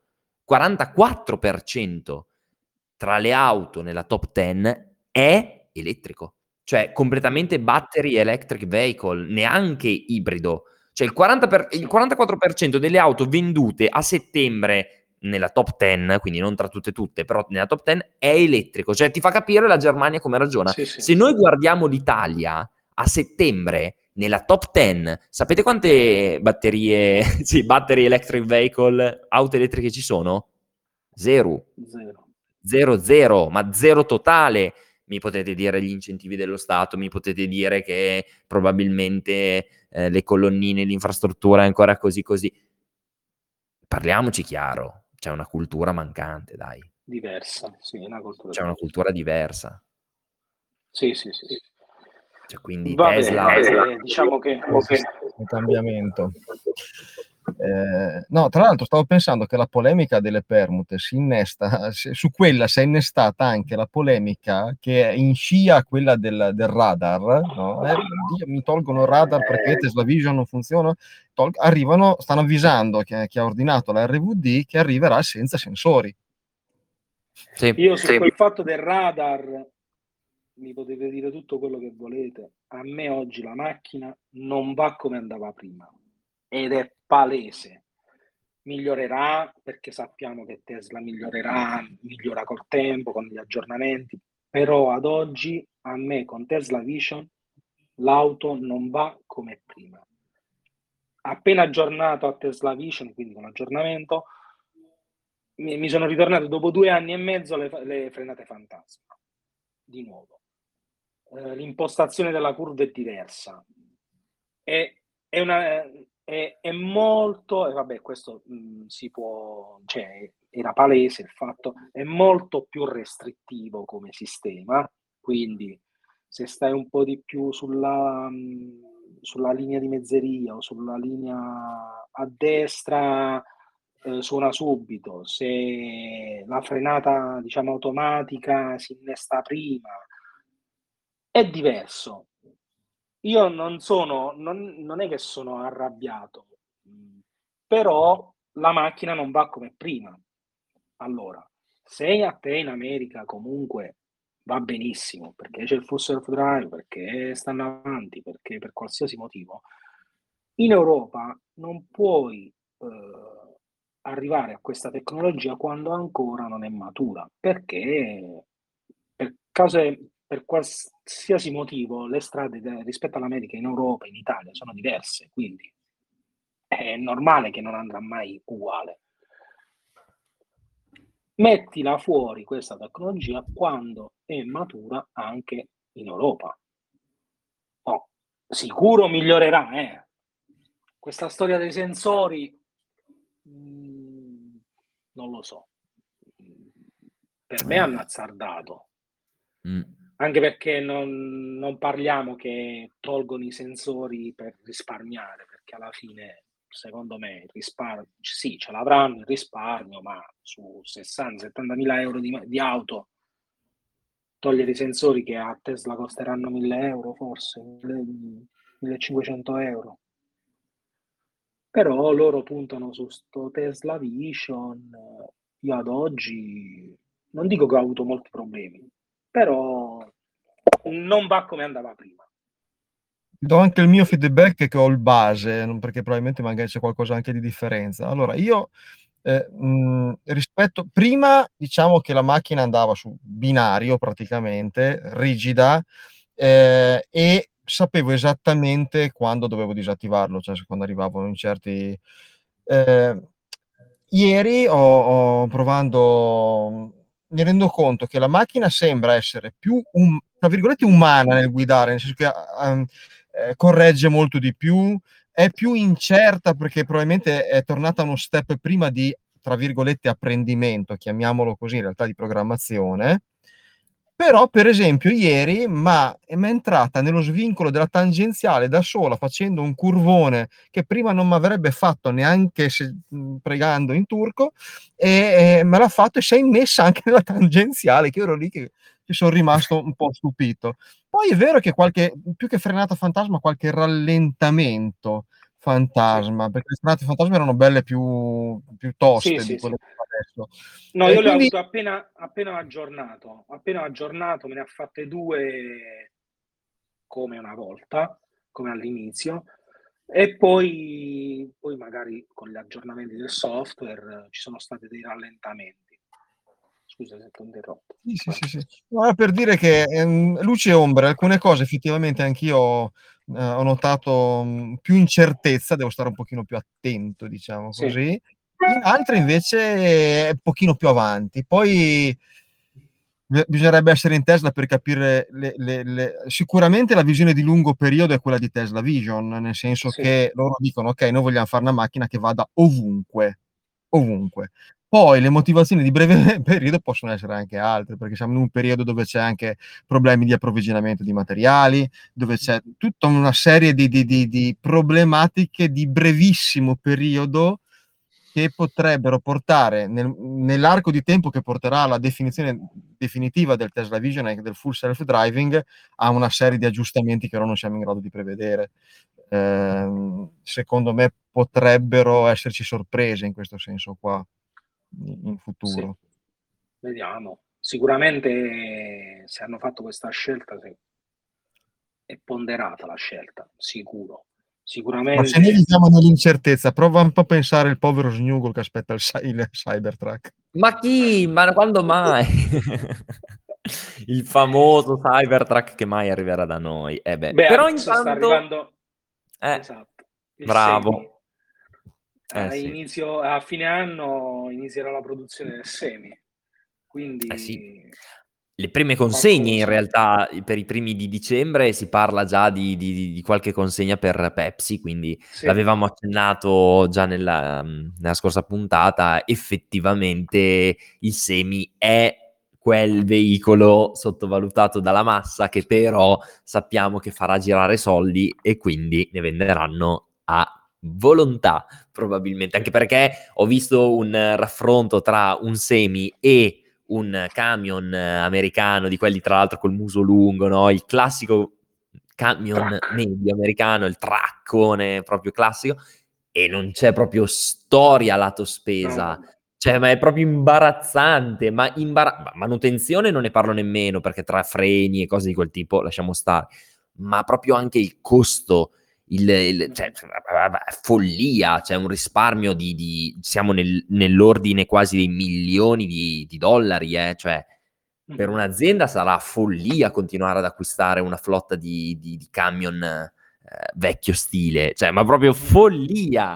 44% tra le auto nella top 10 è elettrico, cioè completamente battery electric vehicle, neanche ibrido. Cioè il 44% delle auto vendute a settembre nella top 10, quindi non tra tutte, però nella top 10 è elettrico. Cioè ti fa capire la Germania come ragiona. Sì, sì. Se noi guardiamo l'Italia a settembre nella top 10, sapete quante batterie, sì, battery electric vehicle, auto elettriche ci sono? Zero. Zero, ma zero totale. Mi potete dire gli incentivi dello Stato, mi potete dire che probabilmente le colonnine, l'infrastruttura è ancora così. Parliamoci chiaro, c'è una cultura mancante, dai. Diversa, sì, una cultura. C'è una cultura diversa. Sì. Cioè, quindi Va Tesla... bene, diciamo che... Un cambiamento. No, tra l'altro stavo pensando che la polemica delle permute si innesta, su quella si è innestata anche la polemica che è in scia a quella del radar, no? Oddio, mi tolgono il radar perché Tesla Vision non funziona, stanno avvisando chi ha ordinato la RVD che arriverà senza sensori. Sì. Io su quel fatto del radar mi potete dire tutto quello che volete, a me oggi la macchina non va come andava prima ed è palese. Migliorerà perché sappiamo che Tesla migliora col tempo, con gli aggiornamenti, però ad oggi a me con Tesla Vision l'auto non va come prima. Appena aggiornato a Tesla Vision, quindi con aggiornamento, mi sono ritornate dopo 2 anni e mezzo le frenate fantasma, di nuovo. L'impostazione della curva è diversa. È molto, e vabbè, questo si può, cioè era palese il fatto, è molto più restrittivo come sistema, quindi se stai un po' di più sulla linea di mezzeria o sulla linea a destra, suona subito, se la frenata diciamo automatica si innesta prima, è diverso. Io non è che sono arrabbiato, però la macchina non va come prima. Allora, se a te in America comunque va benissimo, perché c'è il full self-drive, perché stanno avanti, perché per qualsiasi motivo, in Europa non puoi arrivare a questa tecnologia quando ancora non è matura, perché per qualsiasi motivo le strade rispetto all'America in Europa, in Italia, sono diverse, quindi è normale che non andrà mai uguale. Mettila fuori questa tecnologia quando è matura anche in Europa. Sicuro migliorerà, Questa storia dei sensori non lo so. Per me hanno azzardato. Anche perché non parliamo che tolgono i sensori per risparmiare, perché alla fine, secondo me, il risparmio, sì, ce l'avranno il risparmio, ma su 60-70 mila euro di auto, togliere i sensori che a Tesla costeranno 1.000 euro, forse 1.500 euro. Però loro puntano su sto Tesla Vision. Io ad oggi non dico che ho avuto molti problemi, però non va come andava prima. Do anche il mio feedback che ho il base, perché probabilmente magari c'è qualcosa anche di differenza. Allora, io rispetto prima, diciamo che la macchina andava su binario praticamente, rigida, e sapevo esattamente quando dovevo disattivarlo, cioè quando arrivavano in certi... ieri provando, mi rendo conto che la macchina sembra essere più, tra virgolette, umana nel guidare, nel senso che corregge molto di più, è più incerta perché probabilmente è tornata uno step prima di, tra virgolette, apprendimento, chiamiamolo così, in realtà di programmazione. Però, per esempio, ieri m'è entrata nello svincolo della tangenziale da sola, facendo un curvone che prima non m'avrebbe fatto neanche pregando in turco, e me l'ha fatto e si è immessa anche nella tangenziale, che io ero lì che son rimasto un po' stupito. Poi è vero che più che frenata fantasma, qualche rallentamento fantasma, perché le frenate fantasma erano belle più Sì, toste di sì, sì. quelle che fa adesso. No, io le ho Quindi avuto appena aggiornato, me ne ha fatte 2 come una volta, come all'inizio, e poi magari con gli aggiornamenti del software ci sono stati dei rallentamenti. Scusa se ti ho interrotto. sì. No, era per dire che, luci e ombre, alcune cose effettivamente anch'io ho notato, più incertezza, devo stare un pochino più attento, diciamo Sì, così. In altre invece è un pochino più avanti. Poi bisognerebbe essere in Tesla per capire sicuramente la visione di lungo periodo è quella di Tesla Vision, nel senso sì. che loro dicono: "Okay, noi vogliamo fare una macchina che vada ovunque, ovunque". Poi le motivazioni di breve periodo possono essere anche altre, perché siamo in un periodo dove c'è anche problemi di approvvigionamento di materiali, dove c'è tutta una serie di problematiche di brevissimo periodo che potrebbero portare nell'arco di tempo che porterà alla definizione definitiva del Tesla Vision e del full self-driving, a una serie di aggiustamenti che noi non siamo in grado di prevedere. Secondo me potrebbero esserci sorprese in questo senso qua in Sì, futuro. vediamo. Sicuramente se hanno fatto questa scelta è ponderata la scelta, sicuro. Ma se noi Sicuramente viviamo nell'incertezza, prova un po' a pensare il povero Sméagol che aspetta il Cybertruck. Ma chi? Ma quando mai? Il famoso Cybertruck che mai arriverà da noi. Eh beh, beh, però adesso sta intanto arrivando, eh, esatto, il semi. bravo. Sì. A fine anno inizierà la produzione del semi, Sì. quindi Le prime consegne in qualcosa. realtà per i primi di dicembre si parla già di qualche consegna per Pepsi, quindi Sì, l'avevamo accennato già nella scorsa puntata. Effettivamente il semi è quel veicolo sottovalutato dalla massa che però sappiamo che farà girare soldi e quindi ne venderanno a volontà probabilmente, sì. anche perché ho visto un raffronto tra un semi e un camion americano, di quelli tra l'altro col muso lungo, no? Il classico camion Truck. medio americano, il traccone proprio classico, e non c'è proprio storia lato spesa. No, Cioè, ma è proprio imbarazzante, ma manutenzione non ne parlo nemmeno, perché tra freni e cose di quel tipo lasciamo stare, ma proprio anche il costo, cioè, follia, c'è un risparmio siamo nell'ordine quasi dei milioni di dollari, cioè per un'azienda sarà follia continuare ad acquistare una flotta di camion vecchio stile, cioè ma proprio follia.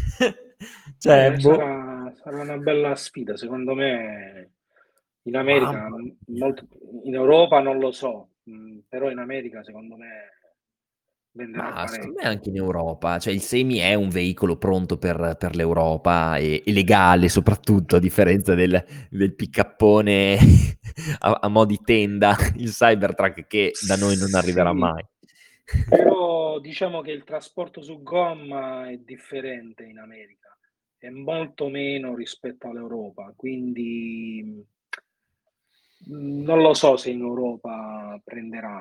Cioè, boh. sarà una bella sfida, secondo me. In America, Mamma mia. in Europa non lo so, però in America secondo me venderà Ma secondo me parecchio. anche in Europa, cioè il semi è un veicolo pronto per l'Europa e legale soprattutto, a differenza del piccappone a mo' di tenda, il Cybertruck che da noi non arriverà Sì, mai. però diciamo che il trasporto su gomma è differente in America, è molto meno rispetto all'Europa, quindi non lo so se in Europa prenderà.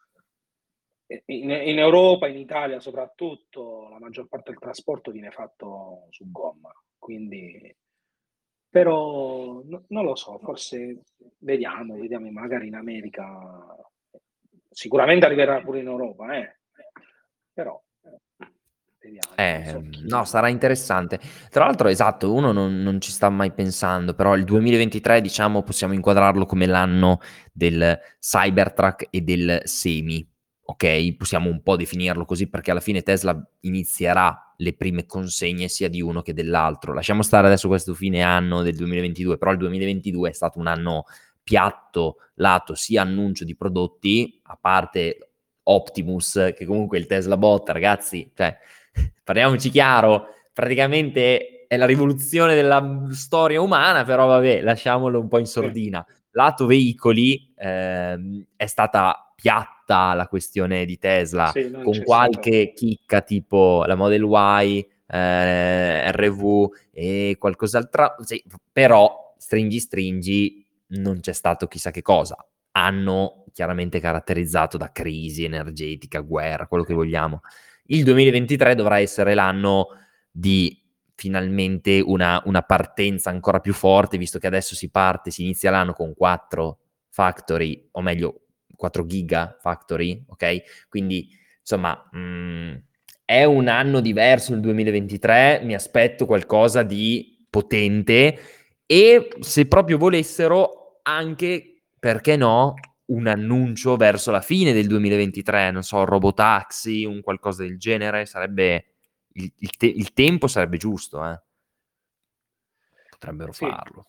In Europa, in Italia soprattutto, la maggior parte del trasporto viene fatto su gomma, quindi però non lo so, forse vediamo, magari in America sicuramente arriverà pure in Europa, però vediamo, non so No, chi. sarà interessante. Tra l'altro, esatto, uno non ci sta mai pensando, però il 2023, diciamo, possiamo inquadrarlo come l'anno del Cybertruck e del semi, ok? Possiamo un po' definirlo così perché alla fine Tesla inizierà le prime consegne sia di uno che dell'altro. Lasciamo stare adesso questo fine anno del 2022, però il 2022 è stato un anno piatto lato sia annuncio di prodotti, a parte Optimus, che comunque è il Tesla Bot, ragazzi, cioè parliamoci chiaro, praticamente è la rivoluzione della storia umana, però vabbè, lasciamolo un po' in Sì, sordina. Lato veicoli, è stata piatta la questione di Tesla, sì, non con c'è stato. qualche chicca tipo la Model Y, RV e qualcos'altro, sì, però stringi, non c'è stato chissà che cosa. Hanno chiaramente caratterizzato da crisi energetica, guerra, quello che vogliamo. Il 2023 dovrà essere l'anno di finalmente una partenza ancora più forte, visto che adesso si inizia l'anno con 4 factory, o meglio 4 gigafactory, ok? Quindi insomma è un anno diverso il 2023, mi aspetto qualcosa di potente e se proprio volessero anche, perché no, un annuncio verso la fine del 2023, non so, robotaxi, un qualcosa del genere, sarebbe il tempo sarebbe giusto, potrebbero Sì. farlo.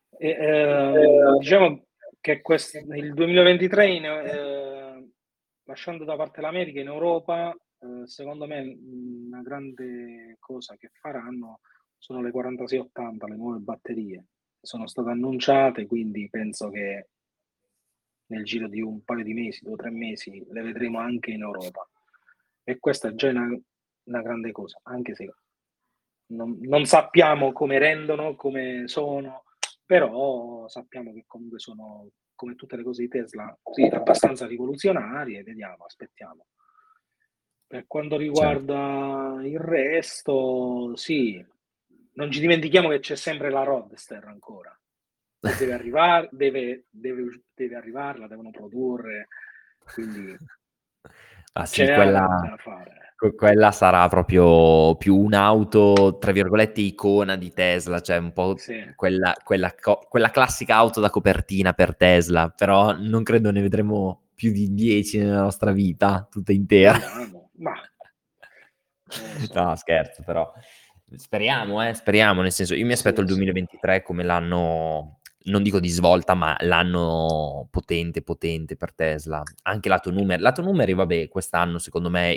Diciamo che il 2023, lasciando da parte l'America, in Europa, secondo me una grande cosa che faranno sono le 4680, le nuove batterie. Sono state annunciate, quindi penso che nel giro di un paio di mesi, 2 o 3 mesi, le vedremo anche in Europa. E questa è già una grande cosa, anche se non sappiamo come rendono, come sono, però sappiamo che comunque sono, come tutte le cose di Tesla, sì, abbastanza rivoluzionarie. Vediamo, aspettiamo. Per quanto riguarda il resto, sì, non ci dimentichiamo che c'è sempre la Roadster ancora. E deve arrivare, deve arrivare, la devono produrre, quindi sì, ce n'è da fare. quella sarà proprio più un'auto, tra virgolette, icona di Tesla, cioè un po' Sì. quella classica auto da copertina per Tesla, però non credo ne vedremo più di 10 nella nostra vita, tutta intera. Vediamo, ma so. No, scherzo, però speriamo, nel senso, io mi aspetto il 2023 come l'anno, non dico di svolta, ma l'anno potente per Tesla. Anche lato numeri, vabbè, quest'anno secondo me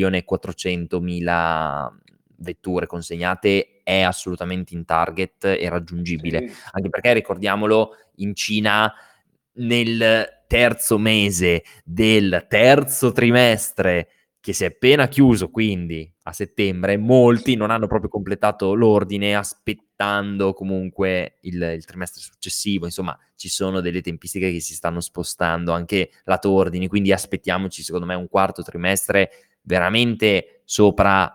1.400.000 vetture consegnate è assolutamente in target e raggiungibile, Sì. Anche perché, ricordiamolo, in Cina nel terzo mese del terzo trimestre che si è appena chiuso, quindi a settembre, molti non hanno proprio completato l'ordine aspettando comunque il trimestre successivo. Insomma, ci sono delle tempistiche che si stanno spostando anche lato ordini, quindi aspettiamoci secondo me un quarto trimestre veramente sopra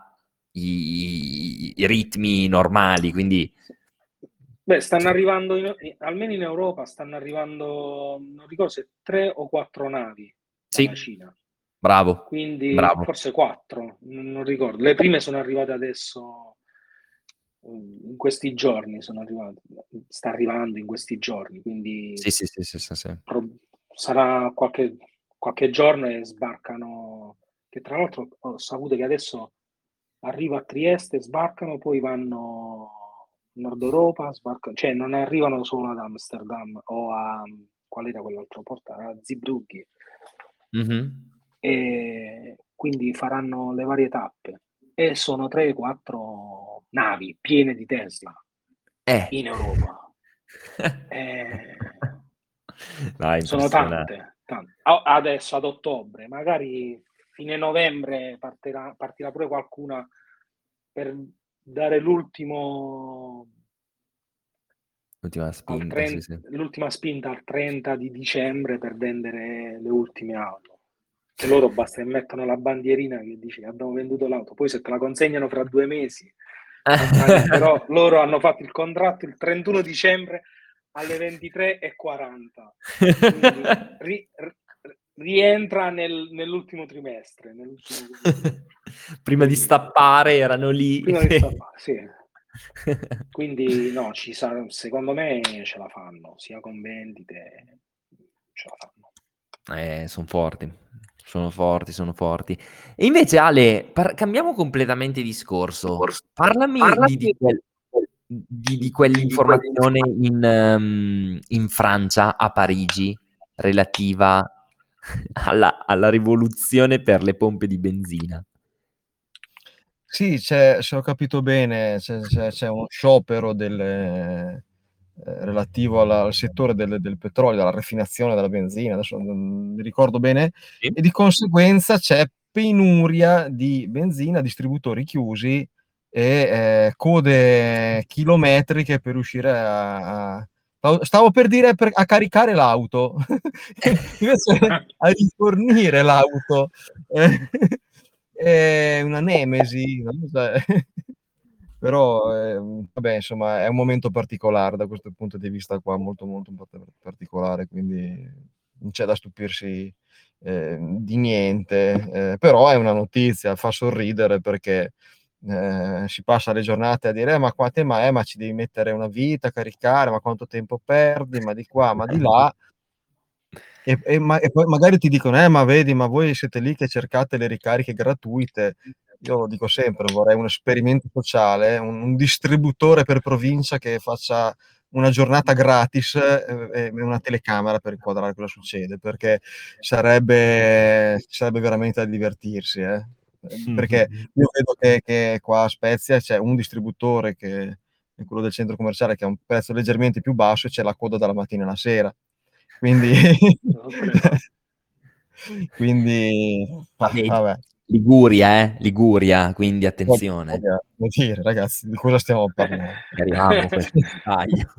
i ritmi normali, quindi Beh, stanno arrivando, almeno in Europa, stanno arrivando, non ricordo se 3 o 4 navi dalla Cina. Bravo. Quindi forse 4, non ricordo. Le prime sono arrivate adesso, in questi giorni sono arrivate, sta arrivando in questi giorni, quindi Sì. sarà qualche giorno e sbarcano, che tra l'altro ho saputo che adesso arriva a Trieste, sbarcano, poi vanno in Nord Europa, sbarcano, cioè non arrivano solo ad Amsterdam o a, qual era quell'altro porto? A Zeebrugge. Mm-hmm. E quindi faranno le varie tappe e sono 3-4 navi piene di Tesla in Europa. Sono tante. Adesso ad ottobre, magari fine novembre partirà pure qualcuna per dare l'ultima spinta, l'ultima spinta al 30 di dicembre per vendere le ultime auto. Che loro basta che mettono la bandierina che dice che abbiamo venduto l'auto, poi se te la consegnano fra 2 mesi, però loro hanno fatto il contratto il 31 dicembre alle 23:40, quindi rientra nell'ultimo trimestre. Prima di stappare erano lì. Prima di stappare, sì. Quindi no, secondo me ce la fanno, sia con vendite, ce la fanno. Sono forti. E invece Ale, cambiamo completamente discorso. Parlami di quell'informazione in Francia, a Parigi, relativa alla rivoluzione per le pompe di benzina. Sì, se ho capito bene, c'è uno sciopero relativo al settore del petrolio, alla raffinazione della benzina, adesso non mi ricordo bene, Sì. e di conseguenza c'è penuria di benzina, distributori chiusi e code chilometriche per riuscire a Stavo per dire a caricare l'auto, invece a rifornire l'auto. È una nemesi, non lo so. Però, vabbè, insomma, è un momento particolare da questo punto di vista qua, molto, molto particolare, quindi non c'è da stupirsi di niente, però è una notizia, fa sorridere perché si passa le giornate a dire ma quante ma ci devi mettere una vita a caricare, ma quanto tempo perdi, ma di qua, ma di là. E poi magari ti dicono ma vedi, ma voi siete lì che cercate le ricariche gratuite. Io lo dico sempre, vorrei un esperimento sociale, un distributore per provincia che faccia una giornata gratis e una telecamera per inquadrare cosa succede, perché sarebbe veramente da divertirsi, perché io vedo che qua a Spezia c'è un distributore che è quello del centro commerciale che ha un prezzo leggermente più basso e c'è la coda dalla mattina alla sera. Quindi vabbè. Liguria, quindi attenzione. Vuol dire, ragazzi, di cosa stiamo parlando? Chiariamo questo dettaglio.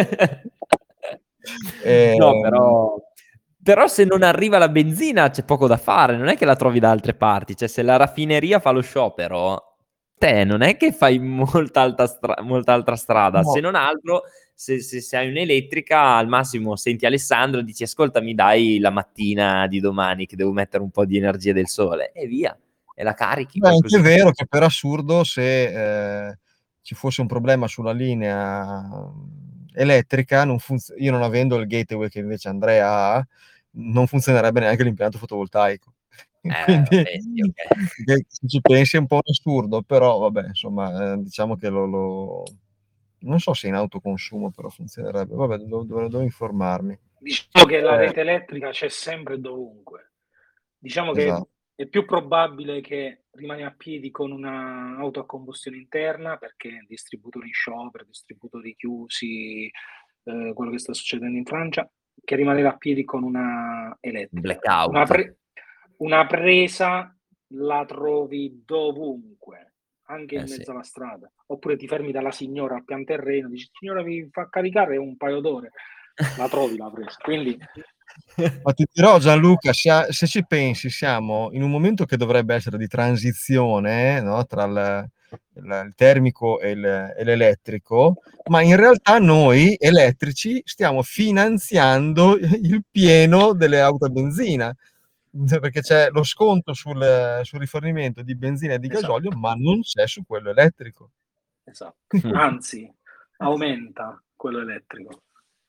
No, però se non arriva la benzina c'è poco da fare, non è che la trovi da altre parti, cioè se la raffineria fa lo sciopero, te non è che fai molta altra strada, No. se non altro se hai un'elettrica al massimo senti Alessandro e dici ascolta mi dai la mattina di domani che devo mettere un po' di energia del sole e via, e la carichi. Beh, è anche vero che per assurdo se ci fosse un problema sulla linea elettrica, io non avendo il gateway che invece Andrea ha, non funzionerebbe neanche l'impianto fotovoltaico. Quindi Sì, okay. se ci pensi è un po' un assurdo, però vabbè, insomma, diciamo che non so se in autoconsumo però funzionerebbe. Vabbè, devo informarmi. Diciamo che la rete elettrica c'è sempre dovunque. Diciamo che Esatto. è più probabile che rimani a piedi con una auto a combustione interna perché distributori in sciopero, distributori chiusi, quello che sta succedendo in Francia, che rimanere a piedi con una elettrica. Blackout. Una presa la trovi dovunque, anche in mezzo alla strada. Oppure ti fermi dalla signora al pian terreno, dici signora mi fa caricare un paio d'ore, la trovi la presa. Quindi ma ti dirò Gianluca, se ci pensi siamo in un momento che dovrebbe essere di transizione, no, tra il termico e l'elettrico, ma in realtà noi elettrici stiamo finanziando il pieno delle auto a benzina, perché c'è lo sconto sul rifornimento di benzina e di gasolio, ma non c'è su quello elettrico. Esatto, anzi aumenta quello elettrico.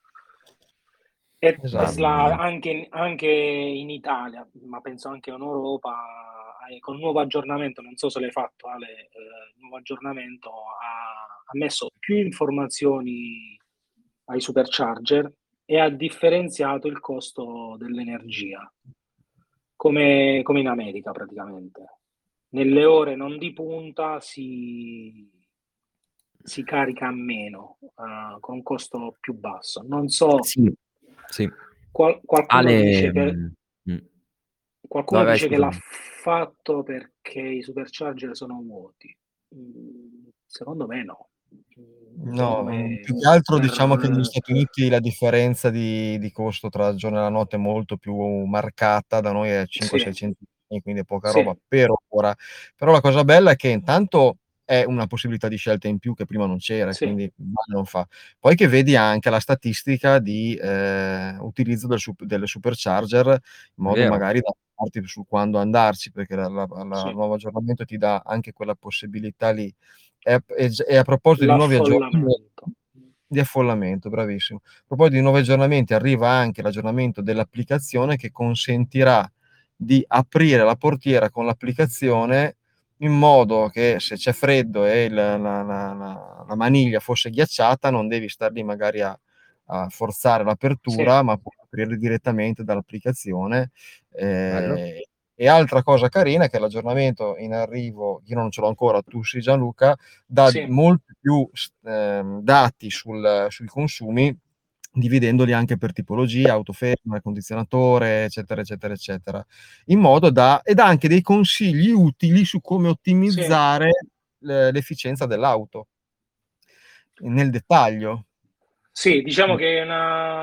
E Esatto. Tesla anche in Italia, ma penso anche in Europa, con il nuovo aggiornamento, non so se l'hai fatto Ale, il nuovo aggiornamento ha messo più informazioni ai supercharger e ha differenziato il costo dell'energia, come in America praticamente. Nelle ore non di punta si carica meno, con un costo più basso. Non so. Sì. Qualcuno Ale, dice che qualcuno Vai, dice che l'ha fatto perché i supercharger sono vuoti. Secondo me no. No, più che altro diciamo che negli Stati Uniti la differenza di costo tra il giorno e la notte è molto più marcata, da noi è 500-600 quindi è poca roba per ora. Però la cosa bella è che intanto è una possibilità di scelta in più che prima non c'era, quindi male non fa. Poi che vedi anche la statistica di utilizzo delle supercharger, in modo magari da darti su quando andarci, perché il nuovo aggiornamento ti dà anche quella possibilità lì. E a proposito di nuovi aggiornamenti di affollamento, bravissimo. A proposito di nuovi aggiornamenti, arriva anche l'aggiornamento dell'applicazione che consentirà di aprire la portiera con l'applicazione in modo che se c'è freddo e la maniglia fosse ghiacciata non devi star lì magari a forzare l'apertura, ma puoi aprirli direttamente dall'applicazione. E altra cosa carina è che l'aggiornamento in arrivo, io non ce l'ho ancora, tu sì Gianluca, dà molti più dati sui consumi, dividendoli anche per tipologia, autoferma, condizionatore, eccetera, eccetera, eccetera, in modo e dà anche dei consigli utili su come ottimizzare l'efficienza dell'auto nel dettaglio. Sì, diciamo che è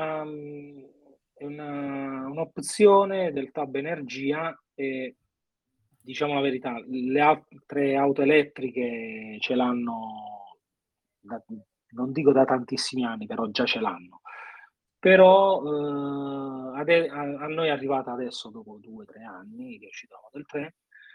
un'opzione del Tab Energia e diciamo la verità, le altre auto elettriche ce l'hanno, non dico da tantissimi anni, però già ce l'hanno. Però a noi è arrivata adesso dopo 2 o 3 anni che è uscito la Model 3,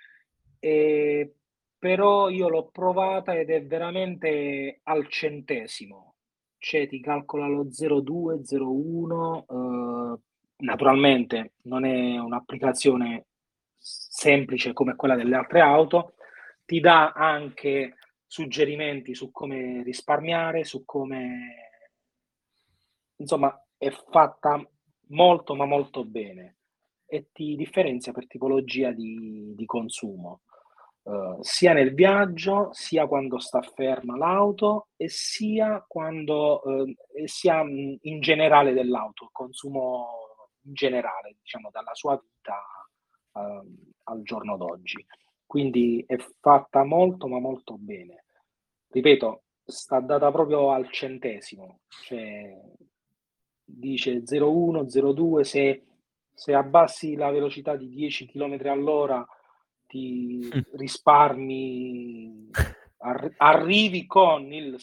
però io l'ho provata ed è veramente al centesimo, cioè ti calcola lo 0,2, 0,1, naturalmente non è un'applicazione semplice come quella delle altre auto, ti dà anche suggerimenti su come risparmiare, su come... Insomma, è fatta molto ma molto bene e ti differenzia per tipologia di consumo, sia nel viaggio, sia quando sta ferma l'auto e sia quando sia in generale dell'auto, consumo in generale, diciamo, dalla sua vita al giorno d'oggi. Quindi è fatta molto ma molto bene. Ripeto, sta data proprio al centesimo, cioè dice 0,1, 0,2, se abbassi la velocità di 10 km all'ora ti risparmi, arrivi con il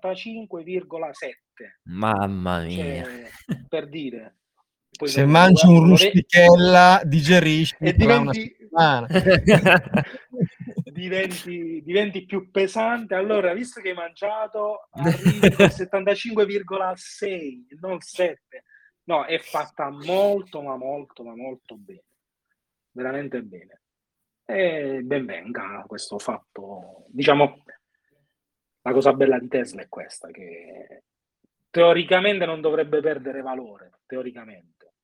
75,7, Mamma mia. cioè, per dire. Poi Se mangi un rustichella, digerisci e tra una settimana. diventi più pesante. Allora, visto che hai mangiato, arrivi col 75,6, non 7. No, è fatta molto, ma molto, ma molto bene. Veramente bene. E ben venga questo fatto. Diciamo, la cosa bella di Tesla è questa, che teoricamente non dovrebbe perdere valore, teoricamente.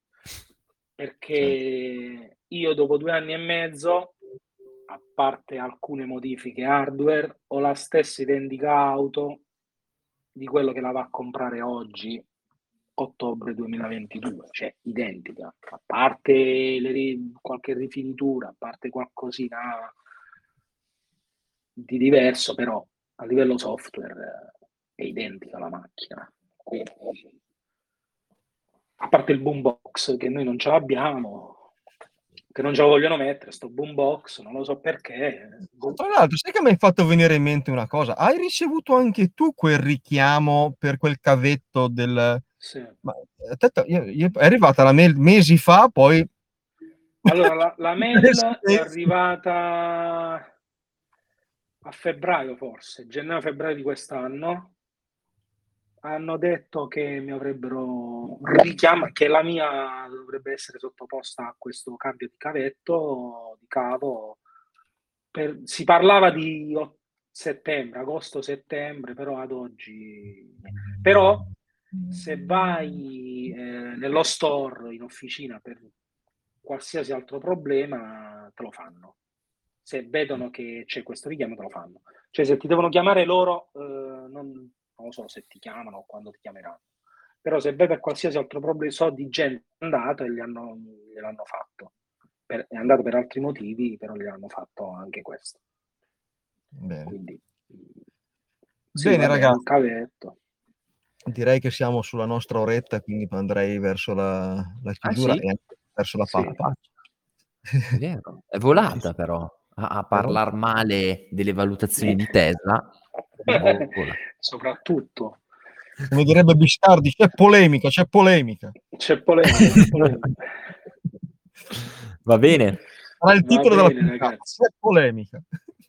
Perché io dopo 2 anni e mezzo, a parte alcune modifiche hardware, ho la stessa identica auto di quello che la va a comprare oggi, ottobre 2022, cioè identica, a parte qualche rifinitura, a parte qualcosina di diverso, però a livello software è identica la macchina. A parte il boombox che noi non ce l'abbiamo, che non ce lo vogliono mettere, sto boombox, non lo so perché. Tra l'altro, sai che mi hai fatto venire in mente una cosa? Hai ricevuto anche tu quel richiamo per quel cavetto del... Sì. Ma, è arrivata la mail mesi fa, poi... Allora, la mail è arrivata a febbraio forse, gennaio-febbraio di quest'anno. Hanno detto che mi avrebbero richiamato, che la mia dovrebbe essere sottoposta a questo cambio di cavetto, di cavo. Si parlava di settembre, agosto-settembre, però ad oggi... Però se vai nello store, in officina, per qualsiasi altro problema, te lo fanno. Se vedono che c'è questo richiamo, te lo fanno. Cioè, se ti devono chiamare loro, non lo so se ti chiamano o quando ti chiameranno. Però se vai per qualsiasi altro problema, so di gente è andata e gliel'hanno fatto. È andato per altri motivi, però gliel'hanno fatto anche questo. Bene. Quindi, sì, bene, ragazzi. Un cavetto. Direi che siamo sulla nostra oretta, quindi andrei verso la chiusura e anche verso la pappa. È vero, è volata però a parlar male delle valutazioni di Tesla. Soprattutto. Come direbbe Biscardi, c'è polemica. C'è polemica. Va bene. Sarà il titolo della puntata, c'è polemica.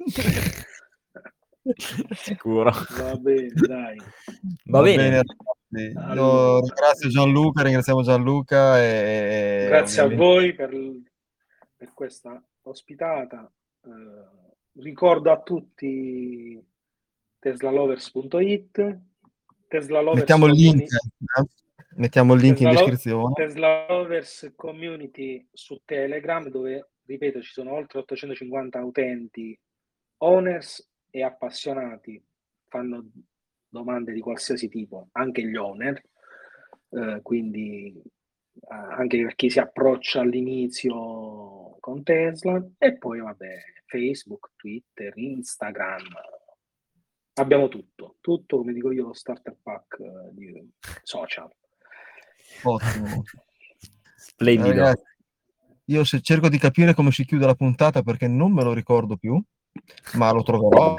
Sicuro. Va bene, dai. Va bene. Ragazzi. Io ringrazio Gianluca, ringraziamo Gianluca e grazie a voi per questa ospitata. Ricordo a tutti teslalovers.it, mettiamo il link, mettiamo il link in descrizione. Tesla Lovers Community su Telegram, dove, ripeto, ci sono oltre 850 utenti, owners e appassionati, fanno domande di qualsiasi tipo, anche gli owner, quindi anche per chi si approccia all'inizio con Tesla, e poi vabbè, Facebook, Twitter, Instagram, Abbiamo tutto, come dico io, lo starter pack di social. Ottimo. Splendido. Ragazzi, io cerco di capire come si chiude la puntata perché non me lo ricordo più, ma lo troverò.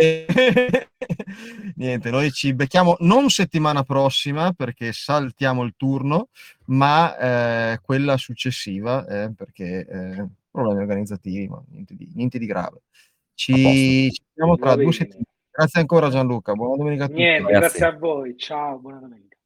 Niente, noi ci becchiamo non settimana prossima perché saltiamo il turno, ma quella successiva perché problemi organizzativi, ma niente di grave. Ci vediamo tra 2 settimane. Grazie ancora Gianluca, buona domenica a tutti. Niente, grazie a voi, ciao, buona domenica.